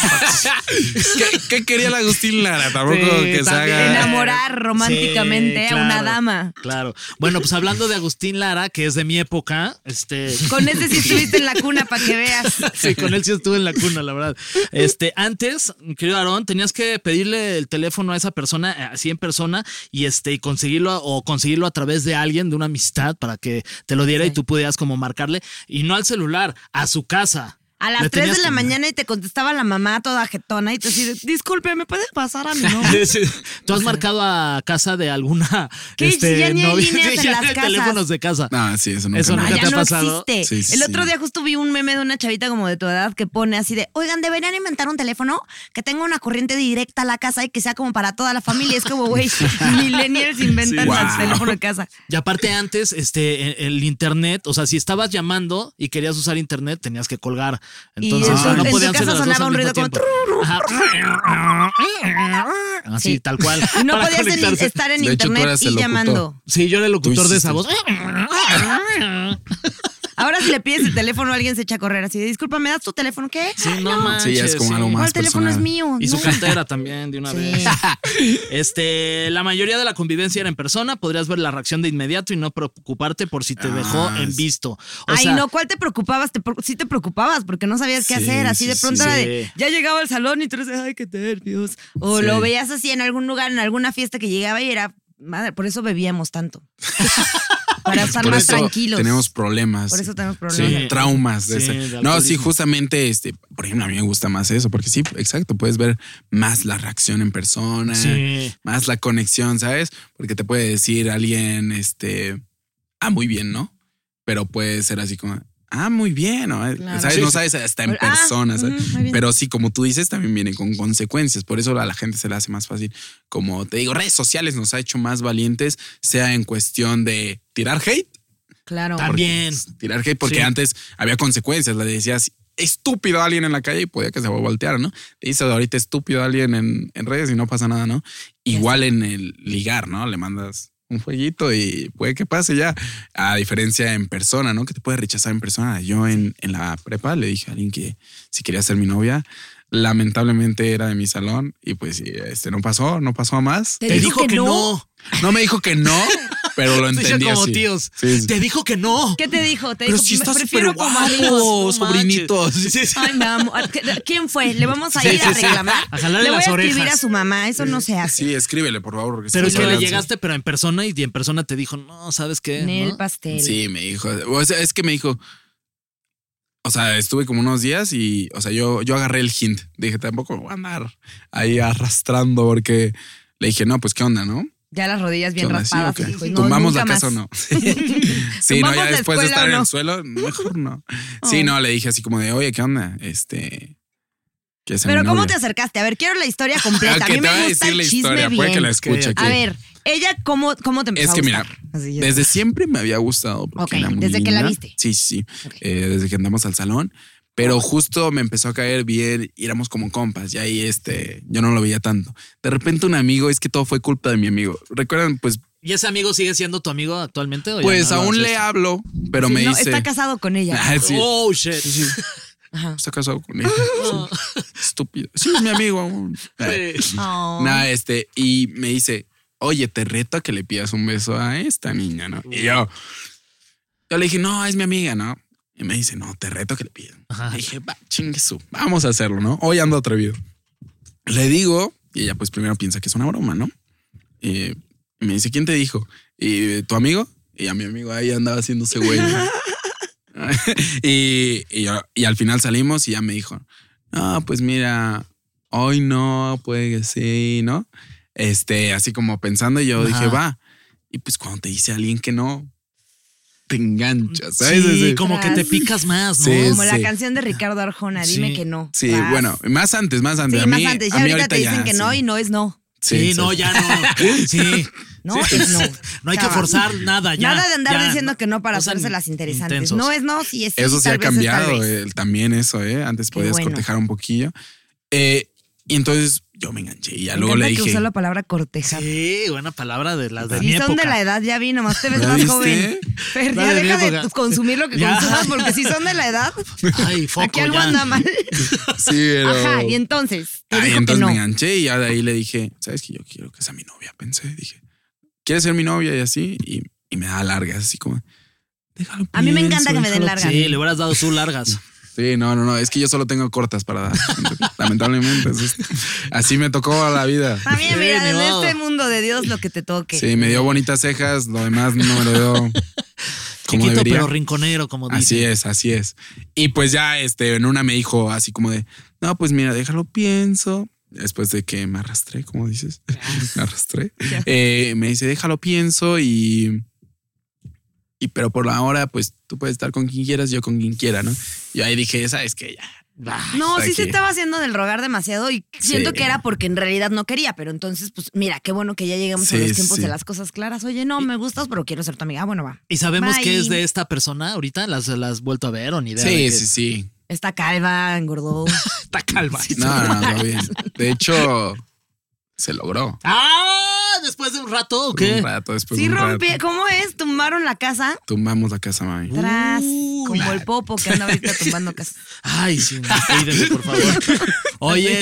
¿Qué quería la Agustín Lara? Tampoco Sí, que se también. haga. Enamorar románticamente Sí, a una claro, dama. Claro. Bueno, pues hablando de Agustín Lara, que es de mi época, Con ese sí estuviste en la cuna para que veas. Sí, con él sí estuve en la cuna, la verdad. Antes, querido Aarón, tenías que pedirle el teléfono a esa persona, así en persona, y conseguirlo a través de alguien, de una amistad, para que te lo diera y tú pudieras como marcarle, y no al celular, a su casa. A las Le 3 tenías de la que- mañana y te contestaba la mamá toda jetona y te decía, disculpe, ¿me puedes pasar a mi nombre? Sí, sí. ¿Tú has marcado a casa de alguna ¿Qué? Si ya ni hay novia? líneas Sí, en ya las no hay casas. teléfonos de casa. No, sí, eso nunca. Eso me- nunca ya te ha no pasado. existe. Sí, El sí, otro sí. día justo vi un meme de una chavita como de tu edad que pone así de, oigan, deberían inventar un teléfono que tenga una corriente directa a la casa y que sea como para toda la familia. Es como, güey, millennials inventan Sí. el Wow. teléfono de casa. Y aparte antes, el internet, o sea, si estabas llamando y querías usar internet, tenías que colgar. Entonces, en o sea, tu- no en tu podían ser casa las dos sonaba al un mismo ruido como tiempo. Ajá. Así, Sí. tal cual. Y no para podías conectarse. estar en De hecho, tú internet eras el y locutor. llamando. Sí, yo era el locutor Tú de esa hiciste. voz. Ahora si le pides el teléfono alguien se echa a correr así de, disculpa, ¿me das tu teléfono? ¿Qué? Sí, Ay, no manches. Sí, ya es como algo ¿Cuál más teléfono personal. es mío? Y su No. cartera también, de una Sí. vez. La mayoría de la convivencia era en persona. Podrías ver la reacción de inmediato y no preocuparte por si te dejó en visto. O Ay, sea, no, ¿cuál te preocupabas? Sí te preocupabas porque no sabías qué Sí, hacer. Así sí, de pronto sí. era de, ya llegaba al salón y tú dices, ay, qué nervios. O Sí. lo veías así en algún lugar, en alguna fiesta que llegaba y era, madre, por eso bebíamos tanto. Para estar Por más eso tranquilos. tenemos problemas. Por eso tenemos problemas. Sí, traumas de Sí, ese. de No, alcoholismo. sí, justamente, por ejemplo, a mí me gusta más eso, porque sí, exacto, puedes ver más la reacción en persona, Sí. más la conexión, ¿sabes? Porque te puede decir alguien, muy bien, ¿no? Pero puede ser así como, muy bien, ¿no? Claro. ¿Sabes? Sí, No sí. sabes hasta en persona, ¿sabes? muy bien. Pero sí, como tú dices, también viene con consecuencias. Por eso a la gente se le hace más fácil. Como te digo, redes sociales nos ha hecho más valientes, sea en cuestión de tirar hate. Claro. También. Tirar hate, porque Sí. antes había consecuencias. Le decías estúpido a alguien en la calle y podía que se volteara, ¿no? Le dices ahorita estúpido a alguien en redes y no pasa nada, ¿no? Igual en el ligar, ¿no? Le mandas un fueguito y puede que pase ya. A diferencia en persona, ¿no? Que te puede rechazar en persona. Yo en la prepa le dije a alguien que si quería ser mi novia. Lamentablemente era de mi salón y pues no pasó a más. Te dijo que no. No me dijo que no, pero lo entendí como así. tíos. Sí. Te dijo que no. ¿Qué te dijo? Te Pero dijo, si estás prefiero súper como amigos. guapo, No sobrinitos. Ay, mi amor. ¿Quién fue? Le vamos a ir a reclamar. A jalarle Le voy las a escribir orejas. a su mamá. Eso no se hace. Sí, escríbele, por favor. Porque Pero es estoy que le hablando. llegaste, pero en persona y en persona te dijo, no, ¿sabes qué? En el ¿No? pastel. Sí, me dijo. O sea, es que me dijo. O sea, estuve como unos días y, o sea, yo agarré el hint. Dije, tampoco me voy a andar ahí arrastrando porque le dije, no, pues qué onda, ¿no? Ya las rodillas bien ¿Qué onda? raspadas. ¿Sí o qué? y pues, no, ¿Tumbamos nunca la casa más. o no? Sí, no, ¿Tumbamos ya la después de escuela estar o en no? el suelo, mejor no. Sí, no, le dije así como de, oye, ¿qué onda? ¿Qué es mi Pero ¿cómo novia? te acercaste? A ver, quiero la historia completa. A Que mí te voy me a gusta decir el la chisme historia, bien. puede que la escuche aquí. A ver, ella, ¿cómo te empezó Es que a mira, gustar? Así ya desde siempre me había gustado. Porque Ok, era muy desde que la linda. viste. Sí. Ok. Desde que andamos al salón. Pero justo me empezó a caer bien y éramos como compas. Y ahí yo no lo veía tanto. De repente un amigo, es que todo fue culpa de mi amigo. ¿Recuerdan? Pues ¿Y ese amigo sigue siendo tu amigo actualmente? ¿O ya Pues no aún hablas de le esto? hablo, pero Sí, me no, dice. está casado con ella. Ah, sí. Oh, shit. Sí. Ajá. Está casado con ella. Sí. Estúpido. Sí, es mi amigo aún. Sí. Oh. Nada, y me dice, oye, te reto a que le pidas un beso a esta niña, ¿no? Y yo le dije, no, es mi amiga, ¿no? Y me dice, no, te reto a que le pidas. Ajá. Le dije, va, chingue su, vamos a hacerlo, ¿no? Hoy ando atrevido. Le digo, y ella pues primero piensa que es una broma, ¿no? Y me dice, ¿quién te dijo? ¿Y tu amigo? Y a mi amigo ahí andaba haciéndose güey. y al final salimos y ya me dijo, no, pues mira, hoy no, puede que sí, ¿no? Así como pensando, y yo dije, va. Y pues cuando te dice alguien que no, te enganchas, ¿sabes? Sí, como que te picas más, ¿no? Sí, Como la sí. canción de Ricardo Arjona, dime Sí. que no. Sí, Tras. bueno, más antes. Sí, a más mí, antes. Ya a mí ahorita te dicen ya, que no sí. y no es no. Sí, no, ya no. Sí. No es no. No hay que Ya va. forzar nada, ya. Nada de andar ya. diciendo que no para No sean hacerse las interesantes. intensos. No es no, sí es sí. Eso sí tal ha vez es tal cambiado, vez. también eso, ¿eh? Antes Qué podías bueno. cortejar un poquillo. Y entonces yo me enganché y ya Me luego le encanta que dije. usó la palabra cortejar. Sí, buena palabra de las de mi Si son época. de la edad, ya vi, nomás te ves ¿Ya más viste? joven. Pero La ya de mi deja de época. consumir lo que Ya. consumas, porque si son de la edad, Ay, foco, aquí algo ya. anda mal. Sí, pero. Ajá, y entonces, te Ay, dijo que entonces no. me enganché y ya de ahí le dije, ¿sabes qué? Yo quiero que sea mi novia. Pensé, dije, ¿quieres ser mi novia? Y así, y me da largas, así como, déjalo. A mí me encanta que me den déjalo largas. Sí, le hubieras dado sus largas. Sí, no, es que yo solo tengo cortas para dar, lamentablemente. Así me tocó a la vida. También, Sí, mira, ni en modo. este mundo de Dios lo que te toque. Sí, me dio bonitas cejas, lo demás no me lo dio como Chiquito, debería. pero rinconero, como dice. Así es. Y pues ya en una me dijo así como de, no, pues mira, déjalo pienso. Después de que me arrastré, como dices, me arrastré. Me dice, déjalo pienso y pero por ahora, pues tú puedes estar con quien quieras, yo con quien quiera, ¿no? Yo ahí dije, ¿sabes qué? Ya. No, sí Aquí. se estaba haciendo del rogar demasiado y siento Sí. que era porque en realidad no quería, pero entonces, pues mira, qué bueno que ya llegamos a Sí, los tiempos sí. de las cosas claras. Oye, no, me gustas, pero quiero ser tu amiga. Ah, bueno, va. ¿Y sabemos Bye. qué es de esta persona ahorita? ¿Las has vuelto a ver o ni idea? Sí, de sí. Está calva, engordó. Está calma. No, todo bien. De hecho, se logró. ¡Ah! ¿Después de un rato o qué? Un rato, después Sí de un rato. rompí. ¿Cómo es? ¿Tumbaron la casa? Tumbamos la casa, mami. Tras, como el popo que anda ahorita tumbando casa. Ay, sí, cuídense, por favor. Oye,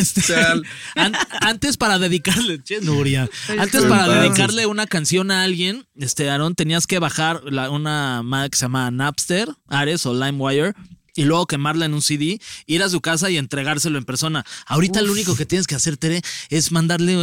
antes para dedicarle, che, Nuria, antes para Entonces. dedicarle una canción a alguien, Aaron, tenías que bajar una madre que se llama Napster, Ares o LimeWire, y luego quemarla en un CD, ir a su casa y entregárselo en persona. Ahorita lo único que tienes que hacer, Tere, es mandarle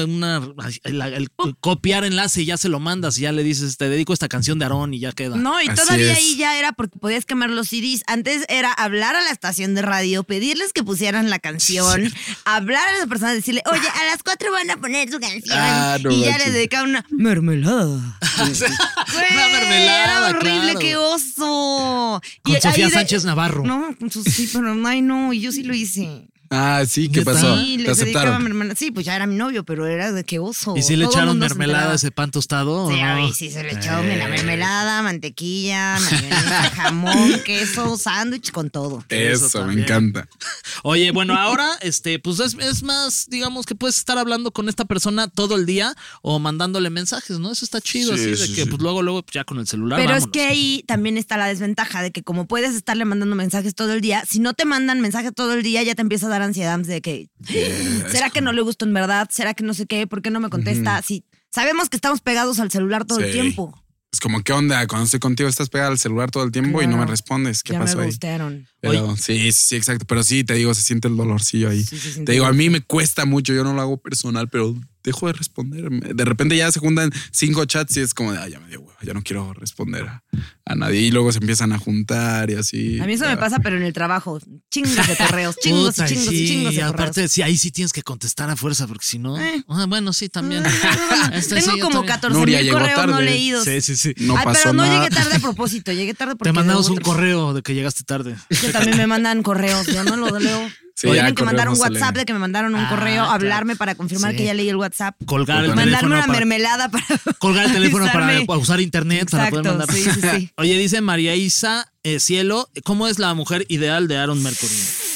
copiar enlace y ya se lo mandas y ya le dices, te dedico esta canción de Aarón y ya queda. No, y Así todavía es. ahí ya era porque podías quemar los CDs. Antes era hablar a la estación de radio, pedirles que pusieran la canción, hablar a esa persona, decirle, oye, a las 4 van a poner su canción. No y ya manches. le dedicaban una mermelada. Güey, Una mermelada, era horrible, claro. qué oso. Con Y Sofía ahí Sánchez Navarro. No, con sus, sí, pero ay no, y yo sí lo hice. Ah, sí, ¿qué ¿Neta? pasó? Sí, ¿Te les dedicaba aceptaron? mermelada. Sí, pues ya era mi novio, pero era de qué oso. ¿Y si le Todo echaron mundo se mermelada a enteraba. ese pan tostado? o Sí, no? ay, sí, se le echó la mermelada, mantequilla, mayonesa, jamón, queso, sándwich con todo. Eso, me también. encanta. Oye, bueno, ahora, pues es más, digamos que puedes estar hablando con esta persona todo el día o mandándole mensajes, ¿no? Eso está chido, Sí, así de sí, que sí. pues luego ya con el celular. Pero vámonos. es que ahí también está la desventaja de que como puedes estarle mandando mensajes todo el día, si no te mandan mensajes todo el día ya te empieza a dar ansiedad de que ¿será que no le gusto en verdad? ¿Será que no sé qué? ¿Por qué no me contesta? Sí, sabemos que estamos pegados al celular todo el Sí. tiempo. Es como, ¿qué onda? Cuando estoy contigo estás pegada al celular todo el tiempo y no me Claro. respondes. ¿Qué Ya pasó me ahí? gustaron. Pero sí, exacto. Pero sí, te digo, se siente el dolorcillo ahí. Sí, se siente Te digo, a el mí me cuesta mucho, yo no lo hago personal, pero dejo de responder. De repente ya se juntan 5 chats y es como de, ya me dio huevo, ya no quiero responder a nadie. Y luego se empiezan a juntar y así. A mí eso me pasa, pero en el trabajo. Chingos de correos, chingos Puta, y chingos y sí, chingos de y aparte, correos. sí, ahí sí tienes que contestar a fuerza, porque si no. Bueno, sí, también. Este, sí, Tengo yo como también. 14 Nuria mil llegó correos no tarde. leídos. Sí, sí, sí. No Ay, pasó pero no nada. llegué tarde a propósito, llegué tarde porque Te mandamos un luego- correo de que llegaste tarde. Que también me mandan correos, yo no lo leo. Sí, O ya tienen que correo mandar no un se WhatsApp lee. de que me mandaron un correo, claro. hablarme para confirmar Sí. que ya leí el WhatsApp. Colgar el Mandarme teléfono una para, mermelada para colgar el teléfono para avisarme. usar internet para poder Exacto, mandar. sí, sí, sí. Oye, dice María Isa Cielo, ¿cómo es la mujer ideal de Aaron Mercury?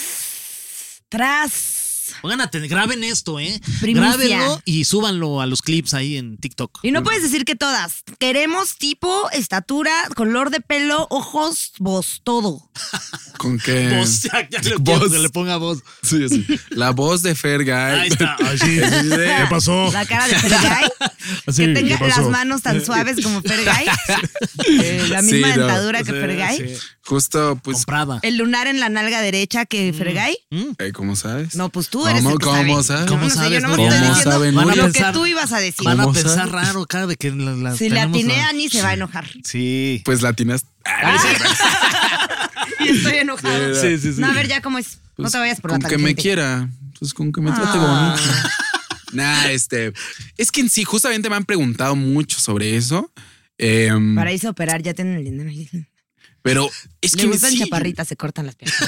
Tras. Oigan, graben esto, Primicia. Grábenlo y súbanlo a los clips ahí en TikTok. Y no puedes decir que todas. Queremos tipo, estatura, color de pelo, ojos, voz, todo. ¿Con qué? Voz, ya le Voz. quiero que le ponga voz. Sí, sí. La voz de Fergay. Ahí está. Así. ¿Qué pasó? La cara de Fergay. Así, Que tenga ¿qué pasó? las manos tan suaves como Fergay. La Sí, misma no. dentadura que Sí, Fergay. sí. Justo, pues, Comprada. El lunar en la nalga derecha que Fergay. ¿cómo sabes? No, pues tú eres el que ¿Cómo sabe. sabes? ¿Cómo Yo no sé, sabes, yo no me Nuria? estoy ¿Cómo diciendo sabe, lo Nuria? que tú ibas a decir. Van a ¿Cómo pensar sabes? raro cada de que la Si le tenemos atiné la- a Ani se va a enojar. Sí. Pues latinas. Y estoy enojado. Sí, sí, sí. No, a ver ya cómo es. No te vayas por la Con que me tangente. quiera. Pues con que me trate bonito. Nah, es que en sí, justamente me han preguntado mucho sobre eso. Para irse a operar ya tienen el dinero. Pero es Le que gustan sí, chaparritas, se cortan las piernas.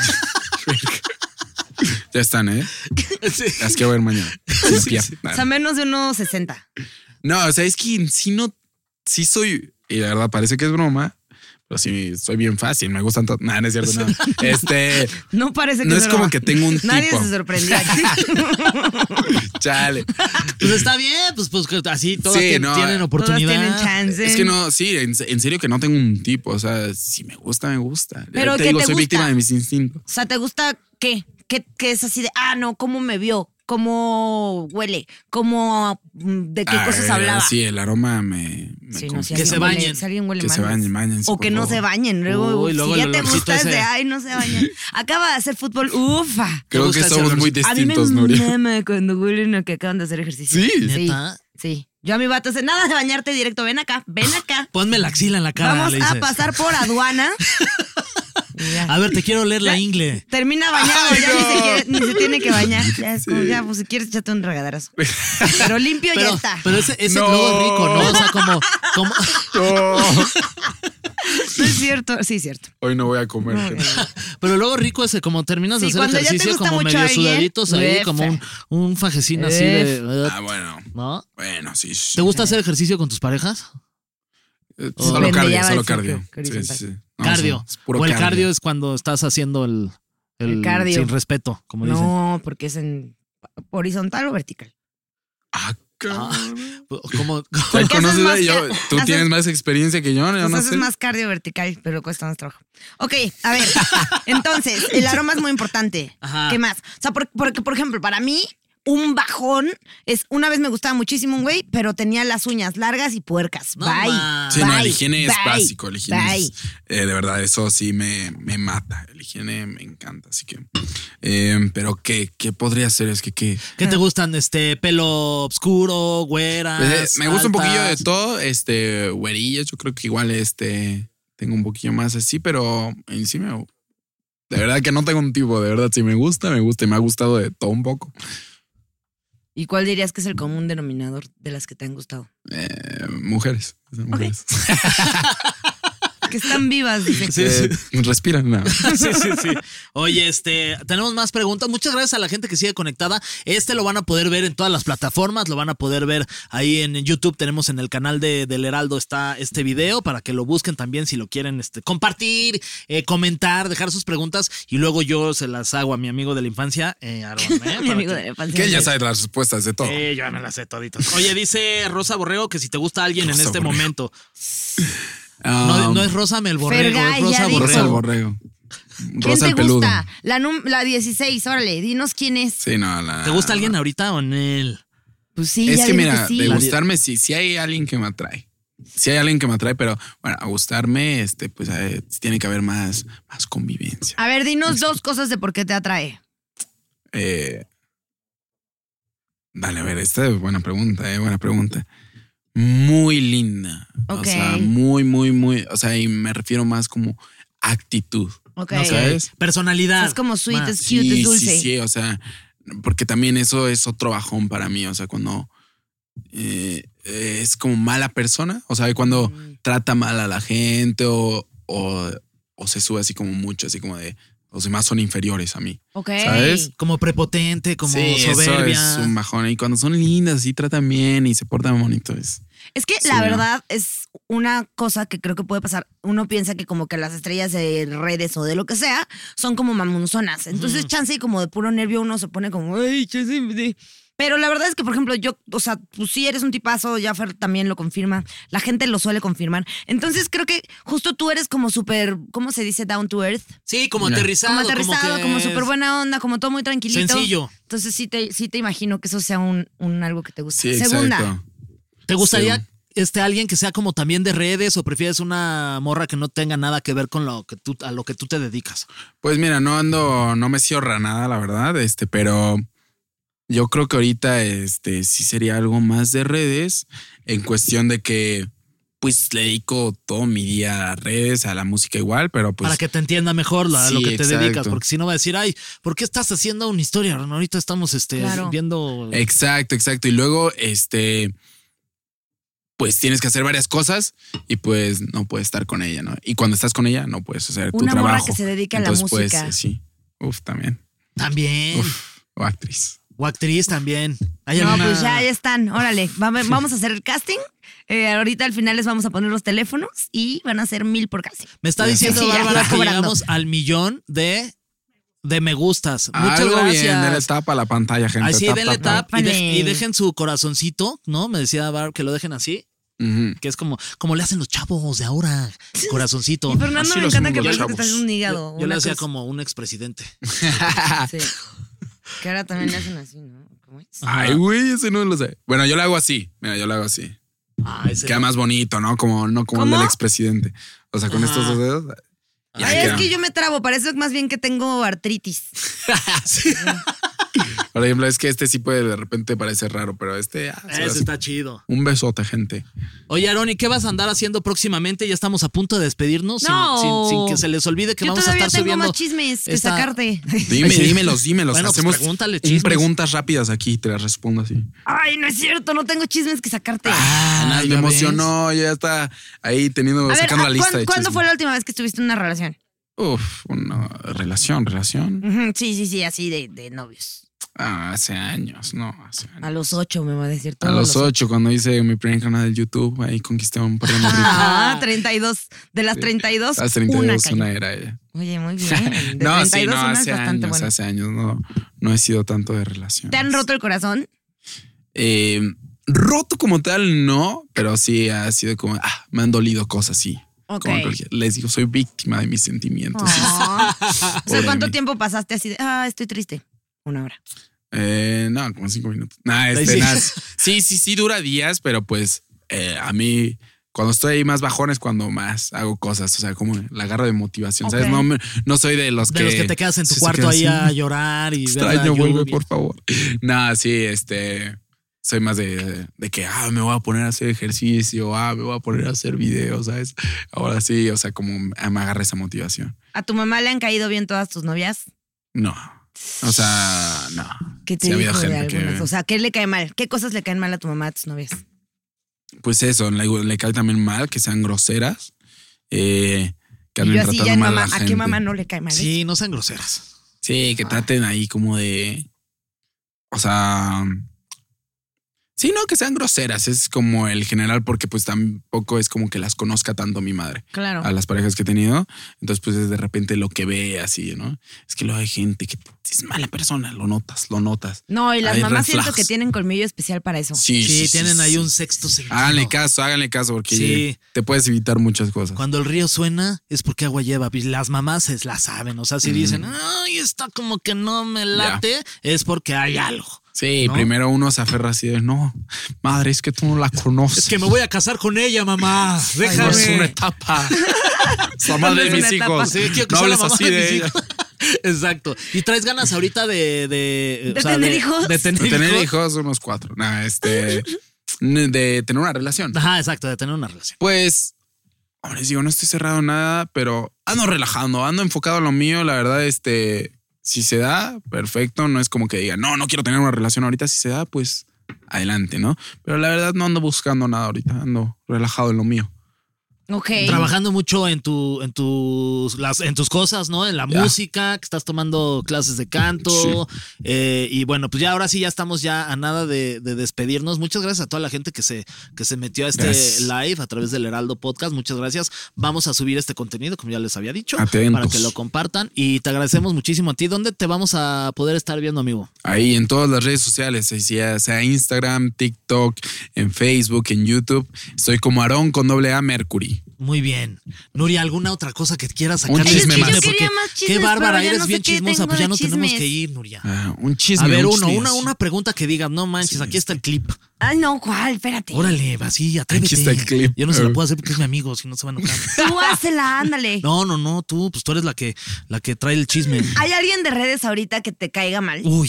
ya están, ¿eh? Sí. Las que voy a ver mañana. Sin pie. O sea, menos de 1.60. No, o sea, es que en sí no, sí soy, y la verdad parece que es broma, pero sí soy bien fácil, me gustan todos. Nada, no es cierto, no. No parece que No es como broma. que tengo un Nadie tipo. se sorprendió aquí. Chale. Pues está bien, pues que así todas Sí, tienen no, Todas oportunidad. tienen chance. Es que no, sí, en serio que no tengo un tipo, o sea, si me gusta, me gusta. Pero te ¿qué digo, te soy gusta? víctima de mis instintos. O sea, ¿te gusta qué? ¿Qué es así de, no, cómo me vio? ¿Cómo huele? ¿Cómo, de qué cosas hablaba? Sí, el aroma me Sí, no, conquista. si Que se alguien huele- bañen. si alguien huele Que se mal. bañen, O que no se bañen. Luego, Uy, luego si ya el te olorcito gusta es de, ese. no se bañan. Acaba de hacer fútbol, ufa. Creo gusta que ese somos muy olorcito? distintos, a mí me Nuria. mama cuando huelen a que acaban de hacer ejercicio. Sí. Sí, ¿Neta? sí. Yo a mi vato, nada de bañarte directo, ven acá. Ponme la axila en la cara. Vamos le a dices. pasar por aduana. Y ya. A ver, te quiero leer la ingle. Termina bañado, Ay, ya no. ni se tiene que bañar. Ya es como, ya, pues si quieres, échate un regaderazo. Pero limpio ya está. Pero ese No. luego es rico, ¿no? O sea, como No. No es cierto. Sí, es cierto. Hoy no voy a comer. gente. pero luego rico ese, como terminas de Sí, hacer cuando ya te ejercicio, gusta como mucho medio alguien, sudaditos ahí, como un fajecín así de. Ah, bueno. ¿No? Bueno, sí. ¿Te gusta hacer ejercicio con tus parejas? Solo Depende, cardio, ya va a solo decir cardio. que Sí, horizontal. sí. No, Cardio. es puro O el cardio es cuando estás haciendo el cardio. sin respeto, como dicen. No, porque es en horizontal o vertical. Ah, cabrón. Como, ¿Te qué conoces? haces más Yo- que- tú haces- tienes más experiencia que yo, yo Pues no haces sé. más cardio vertical, pero cuesta más trabajo. Ok, a ver. Entonces, el aroma es muy importante. Ajá. ¿Qué más? O sea, porque, por ejemplo, para mí, un bajón es. Una vez me gustaba muchísimo un güey, pero tenía las uñas largas y puercas. No Bye. ma. Sí, no, Bye, el higiene es bye, básico. El higiene bye. es, de verdad, eso sí me mata. El higiene me encanta, así que. Pero ¿qué podría ser? Es que ¿qué? ¿Qué te gustan? Pelo oscuro, güeras. Pues, me gusta un poquillo de altas? todo. Güerillas, yo creo que igual tengo un poquillo más así, pero en sí de verdad que no tengo un tipo, de verdad, si me gusta y me ha gustado de todo un poco. ¿Y cuál dirías que es el común denominador de las que te han gustado? Mujeres. Mujeres. Que están vivas, dice. Respiran. No. Sí. Oye, tenemos más preguntas. Muchas gracias a la gente que sigue conectada. Lo van a poder ver en todas las plataformas, lo van a poder ver ahí en YouTube. Tenemos en el canal del Heraldo está este video para que lo busquen también si lo quieren compartir, comentar, dejar sus preguntas y luego yo se las hago a mi amigo de la infancia, Aaron. Mi amigo de la infancia. Que él ya sabe las respuestas de todo. Yo me las sé toditas. Oye, dice Rosa Borrego que si te gusta alguien en este momento. No es Rosa Melborrego, Fergay, es Rosa ya dijo. Rosa el Borrego. ¿Quién Rosa te el peludo. gusta? La 16, órale, dinos quién es. Sí, no, ¿Te gusta alguien ahorita o en él? Pues sí, es ya que dijo mira, sí. de gustarme, sí hay alguien que me atrae. Sí hay alguien que me atrae, pero bueno, a gustarme, pues tiene que haber más convivencia. A ver, dinos 2 cosas de por qué te atrae. Dale, a ver, esta es buena pregunta. Muy linda. Ok. O sea, muy, o sea, y me refiero más como actitud. Ok. ¿No sabes? Personalidad. Es como sweet, Más. es cute, es dulce. Sí, o sea, porque también eso es otro bajón para mí, o sea, cuando es como mala persona, o sea, cuando trata mal a la gente o se sube así como mucho, así como de los demás son inferiores a mí. Ok. ¿Sabes? Como prepotente, como sí, soberbia. Eso es un bajón. Y cuando son lindas, así tratan bien y se portan bonito. Es que Sí, la ¿no? verdad es una cosa que creo que puede pasar. Uno piensa que como que las estrellas de redes o de lo que sea son como mamonzonas. Entonces, chance y como de puro nervio uno se pone como, ay, chance. Pero la verdad es que, por ejemplo, yo, o sea, pues sí eres un tipazo, Jaffer también lo confirma, la gente lo suele confirmar. Entonces creo que justo tú eres como súper, ¿cómo se dice? Down to earth. Sí, como aterrizado. Como aterrizado, como que súper buena onda, como todo muy tranquilito. Sencillo. Entonces sí te imagino que eso sea un algo que te gusta. Sí, Segunda. exacto. ¿Te gustaría Sí. alguien que sea como también de redes o prefieres una morra que no tenga nada que ver con a lo que tú te dedicas? Pues mira, no me cierra nada, la verdad, pero yo creo que ahorita sí sería algo más de redes en cuestión de que pues le dedico todo mi día a redes, a la música igual, pero pues... Para que te entienda mejor a lo Sí, que te exacto. dedicas, porque si no va a decir, ay, ¿por qué estás haciendo una historia? Ahorita estamos Claro. viendo... Exacto. Y luego, pues tienes que hacer varias cosas y pues no puedes estar con ella, ¿no? Y cuando estás con ella no puedes hacer tu Una morra trabajo. que se dedica a la Entonces, música. Pues, sí. También. También. O actriz. O actriz también. ¿Hay No, alguna- pues ya están. Órale, vamos a hacer el casting. Ahorita al final les vamos a poner los teléfonos y van a ser 1,000 por casting. Me está diciendo Sí, ya Bárbara está que cobrando. llegamos al 1,000,000 de me gustas. Muchas Algo gracias. bien, denle tap a la pantalla, gente. Así, denle tap y, Tápale. y dejen su corazoncito, ¿no? Me decía Bárbara que lo dejen así, Ujú. que es como le hacen los chavos de ahora. Corazoncito. Y Fernando Así me lo encanta hacemos que los parece que chavos. está haciendo un hígado. Yo le una hacía cosa. como un expresidente. Sí. Que ahora también le hacen así, ¿no? ¿Cómo es? Ay, güey, ese no lo sé. Bueno, yo lo hago así. Mira, yo lo hago así. Ay, ese- Queda más bonito, ¿no? No como el ¿Cómo? del expresidente. O sea, con Ajá. estos dos dedos. ya Ay, queda. es que yo me trabo, parece más bien que tengo artritis. Por ejemplo, es que sí puede de repente parecer raro, pero Ese así. está chido. Un besote, gente. Oye, Aaron, ¿y qué vas a andar haciendo próximamente? Ya estamos a punto de despedirnos sin- No. sin que se les olvide que Yo vamos a todavía estar tengo subiendo. más chismes que esta- sacarte. Dímelos. Bueno, pues Hacemos pregúntale chismes. preguntas rápidas aquí, te las respondo así. Ay, no es cierto, no tengo chismes que sacarte. Ah, me ¿ya emocionó, ya está ahí A ver, sacando la lista de ¿cuándo chismes. fue la última vez que estuviste en una relación? Una relación. Ujú, sí, así de novios. Hace años, no, hace años. A los 8 me va a decir A todo. los 8, cuando hice mi primer canal de YouTube, ahí conquisté un par de morritos. Ah, 32. De las 32, Las 32, cayó. una era ella. Oye, muy bien. De No, 32, sí, no, una es hace bastante años, buena. hace años, no he sido tanto de relación. ¿Te han roto el corazón? Roto como tal, no, pero sí ha sido como, me han dolido cosas, sí. Ok. Como que les digo, soy víctima de mis sentimientos. Ah. O sea, Pobre ¿cuánto mí. tiempo pasaste así de, estoy triste? 1 hora. No, como 5 minutos. Nah, Sí. nada. Sí, dura días, pero pues a mí, cuando estoy ahí más bajón es cuando más hago cosas. O sea, como la agarro de motivación, ¿sabes? Ok. No soy de los De que... los que te quedas en tu sí, se cuarto quedan ahí así, a llorar y ver la extraño, vuelve, lluvia. por favor. No, sí, soy más de que, me voy a poner a hacer ejercicio, me voy a poner a hacer videos, ¿sabes? Ahora sí, o sea, como me agarra esa motivación. ¿A tu mamá le han caído bien todas tus novias? No, o sea, no. ¿Qué te Sí ha dijo habido de gente algunas? que... O sea, ¿qué le cae mal? ¿Qué cosas le caen mal a tu mamá, a tus novias? Pues eso, le cae también mal que sean groseras. que Y anden yo así tratando ya en mal a mamá, la ¿a qué gente. mamá no le cae mal? Sí, no sean groseras. Sí, que traten ahí como de... O sea... Sí, no, que sean groseras, es como el general, porque pues tampoco es como que las conozca tanto mi madre. Claro. A las parejas que he tenido. Entonces, pues es de repente lo que ve así, ¿no? Es que luego hay gente que es mala persona, lo notas. No, y las Hay mamás red siento flags. que tienen colmillo especial para eso. Sí, tienen ahí un sexto sentido. Háganle caso, porque Sí. te puedes evitar muchas cosas. Cuando el río suena es porque agua lleva. Y las mamás la saben. O sea, si dicen, ay, está como que no me late, es porque hay algo. Sí, ¿no? primero uno se aferra así de, no, madre, es que tú no la conoces. Es que me voy a casar con ella, mamá. Déjame. No es una etapa. Es la madre de No es mis una hijos. Sí, quiero que No sea la hables mamá así de de mis ella. hijos. Exacto. ¿Y traes ganas ahorita de tener hijos? De De tener hijos, unos 4. De tener una relación. Ajá, exacto, de tener una relación. Pues, ahora les digo, no estoy cerrado en nada, pero ando relajando, ando enfocado en lo mío. La verdad, si se da, perfecto. No es como que diga, no quiero tener una relación ahorita. Si se da, pues adelante, ¿no? Pero la verdad no ando buscando nada ahorita, ando relajado en lo mío. Ok. Trabajando mucho en tus cosas, ¿no? En la música, que estás tomando clases de canto. Y bueno, pues ya ahora sí ya estamos ya a nada de despedirnos. Muchas gracias a toda la gente que se metió a este live a través del Heraldo Podcast. Muchas gracias. Vamos a subir este contenido, como ya les había dicho, Atentos. para que lo compartan. Y te agradecemos muchísimo a ti. ¿Dónde te vamos a poder estar viendo, amigo? Ahí en todas las redes sociales, ya sea Instagram, TikTok, en Facebook, en YouTube. Estoy como Aarón con AA Mercury. Muy bien. Nuria, ¿alguna otra cosa que quieras Un sacar? chisme más. Yo quería Porque más qué chismes, bárbara, pero ya eres no sé bien qué chismosa. tengo Pues ya de no tenemos chismes. que ir, Nuria. Un chisme. A ver, un chisme. una pregunta que digas, no manches, aquí está el clip. Ay, no, ¿cuál? Espérate. Órale, así, atrévete. Aquí está el clip. Yo no se lo puedo hacer porque es mi amigo, si no se va a enojar. Tú hácela, ándale. No, tú eres la que trae el chisme. ¿Hay alguien de redes ahorita que te caiga mal? Uy,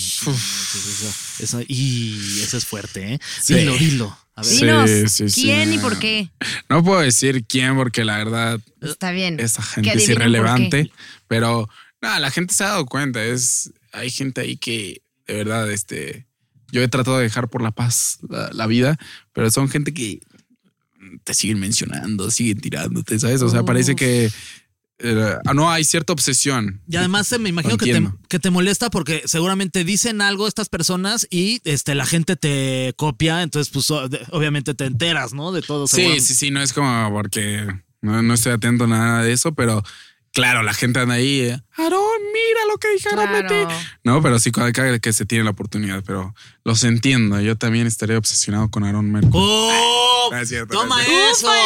esa es fuerte, ¿eh? Sí. Dilo. A ver. Dinos, sí. ¿quién y por qué? No puedo decir quién porque la verdad Está bien. esa Que gente es adivinen por irrelevante, qué. pero nada, la gente se ha dado cuenta. Hay gente ahí que de verdad, yo he tratado de dejar por la paz la vida, pero son gente que te siguen mencionando, siguen tirándote, ¿sabes? O sea, parece que no hay cierta obsesión. Y además me imagino que te molesta porque seguramente dicen algo estas personas y la gente te copia, entonces pues obviamente te enteras, ¿no? De todo. Sí, no es como porque no estoy atento a nada de eso, pero claro, la gente anda ahí, Aarón, mira lo que dijeron de ti. No, pero sí, cada que se tiene la oportunidad, pero los entiendo. Yo también estaría obsesionado con Aarón Mercury. ¡Oh! No es cierto, ¡Toma no es eso!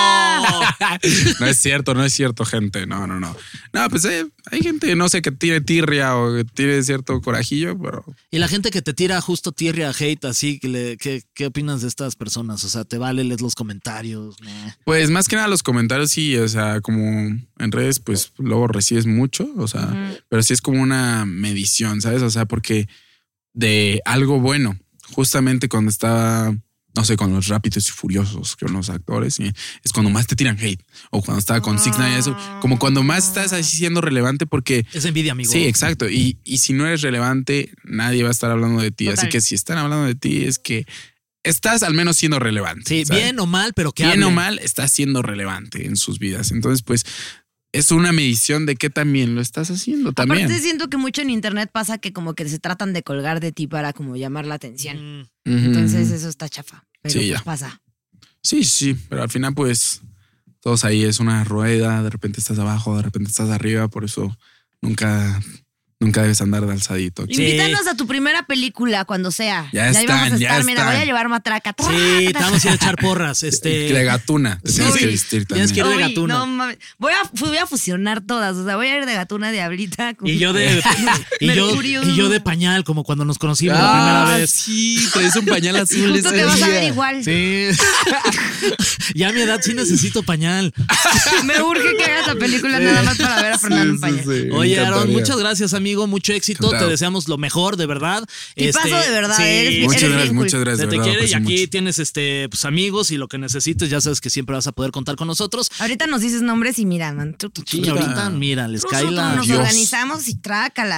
No es cierto, gente. No. No, pues hay gente, no sé, que tiene tirria o que tiene cierto corajillo, pero... Y la gente que te tira justo tirria, hate, así, ¿qué opinas de estas personas? O sea, ¿te vale leer los comentarios? Pues más que nada los comentarios sí, o sea, como en redes, pues luego recibes mucho, o sea, pero sí es como una medición, ¿sabes? O sea, porque de algo bueno, justamente cuando estaba... No sé, con los Rápidos y Furiosos, con los actores, es cuando más te tiran hate. O cuando estaba con 6ix9ine, eso. Como cuando más estás así siendo relevante porque... Es envidia, amigo. Sí, exacto. Y si no eres relevante, nadie va a estar hablando de ti. Total. Así que si están hablando de ti, es que estás al menos siendo relevante. Sí, ¿sabes? bien o mal, pero que Bien hablen. o mal, estás siendo relevante en sus vidas. Entonces, pues... es una medición de que también lo estás haciendo también. Aparte siento que mucho en internet pasa que como que se tratan de colgar de ti para como llamar la atención. Ujú. Entonces eso está chafa. Pero Sí, pues ya. pasa. Sí, pero al final pues todos ahí es una rueda, de repente estás abajo, de repente estás arriba, por eso nunca debes andar de alzadito. Invítanos a tu primera película cuando sea. Ya ahí vamos a están, ya estar. Mira, están. voy a llevar matraca. Sí, te vamos a ir a echar porras. De gatuna, te tienes que vestir también. Tienes que ir de Uy, gatuna. no mames. Voy a fusionar todas. O sea, voy a ir de gatuna, diablita. Con Y yo de Mercurio. y yo de pañal, como cuando nos conocimos la primera vez. Sí, traes un pañal azul. Justo te vas a ver igual. Sí. Ya a mi edad sí necesito pañal. Me urge que hagas la película nada más para ver a Fernando en pañal. Oye, Aarón, muchas gracias, amigo. Mucho éxito. Encantado. Te deseamos lo mejor, de verdad. Tipazo de verdad, eres Muchas bien gracias, cool. muchas gracias. Se de te verdad, quiere y aprecio aquí mucho. tienes pues amigos y lo que necesites, ya sabes que siempre vas a poder contar con nosotros. Ahorita nos dices nombres y mira, man. Sí, ahorita, mira, les cae Nosotros la. nos Dios. organizamos y trácalas.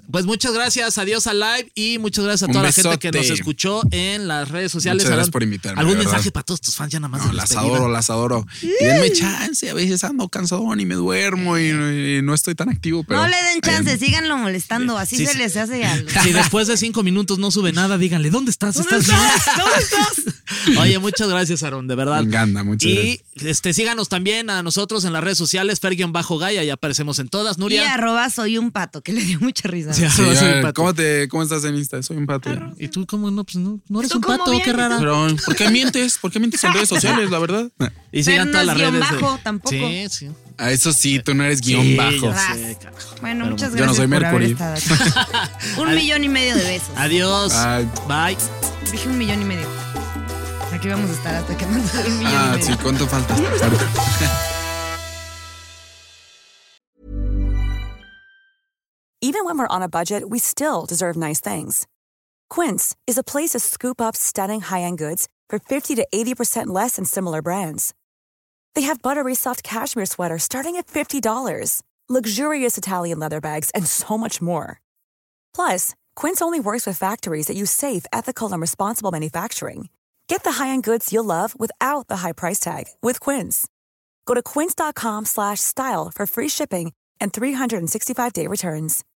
Pues muchas gracias, adiós al live y muchas gracias a toda la gente que nos escuchó en las redes sociales. Muchas gracias por invitarme. ¿Algún mensaje para todos tus fans ya nada más? No, las adoro. Y denme chance, a veces ando cansadón y me duermo y no estoy tan activo. Pero no le den chance, síganlo molestando, así sí, se les hace algo. Si después de 5 minutos no sube nada, díganle, ¿dónde estás? ¿Dónde estás? Oye, muchas gracias, Aaron, de verdad. Me encanta, muchas gracias. Y síganos también a nosotros en las redes sociales, Fer-Gay, ahí aparecemos en todas, Nuria. Y @soy un pato, que le dio mucha risa. Sí, soy un pato. ¿Cómo estás en Insta? Soy un pato. ¿Y tú cómo no? Pues no eres un pato, qué rara. Pero, ¿por qué mientes? ¿Por qué mientes en redes sociales, la verdad? Y sigan todas las redes. Bajo, tampoco. Sí. A eso sí, tú no eres guión bajo. Yo sé, bueno, muchas gracias. Yo no soy Mercury. 1,5 millones de besos. Adiós. Bye. Dije 1,5 millones. Aquí vamos a estar hasta que mandes 1,5 millones. Sí, ¿cuánto falta? Even when we're on a budget, we still deserve nice things. Quince is a place to scoop up stunning high-end goods for 50 to 80% less than similar brands. They have buttery soft cashmere sweaters starting at $50, luxurious Italian leather bags, and so much more. Plus, Quince only works with factories that use safe, ethical, and responsible manufacturing. Get the high-end goods you'll love without the high price tag with Quince. Go to quince.com/style for free shipping and 365-day returns.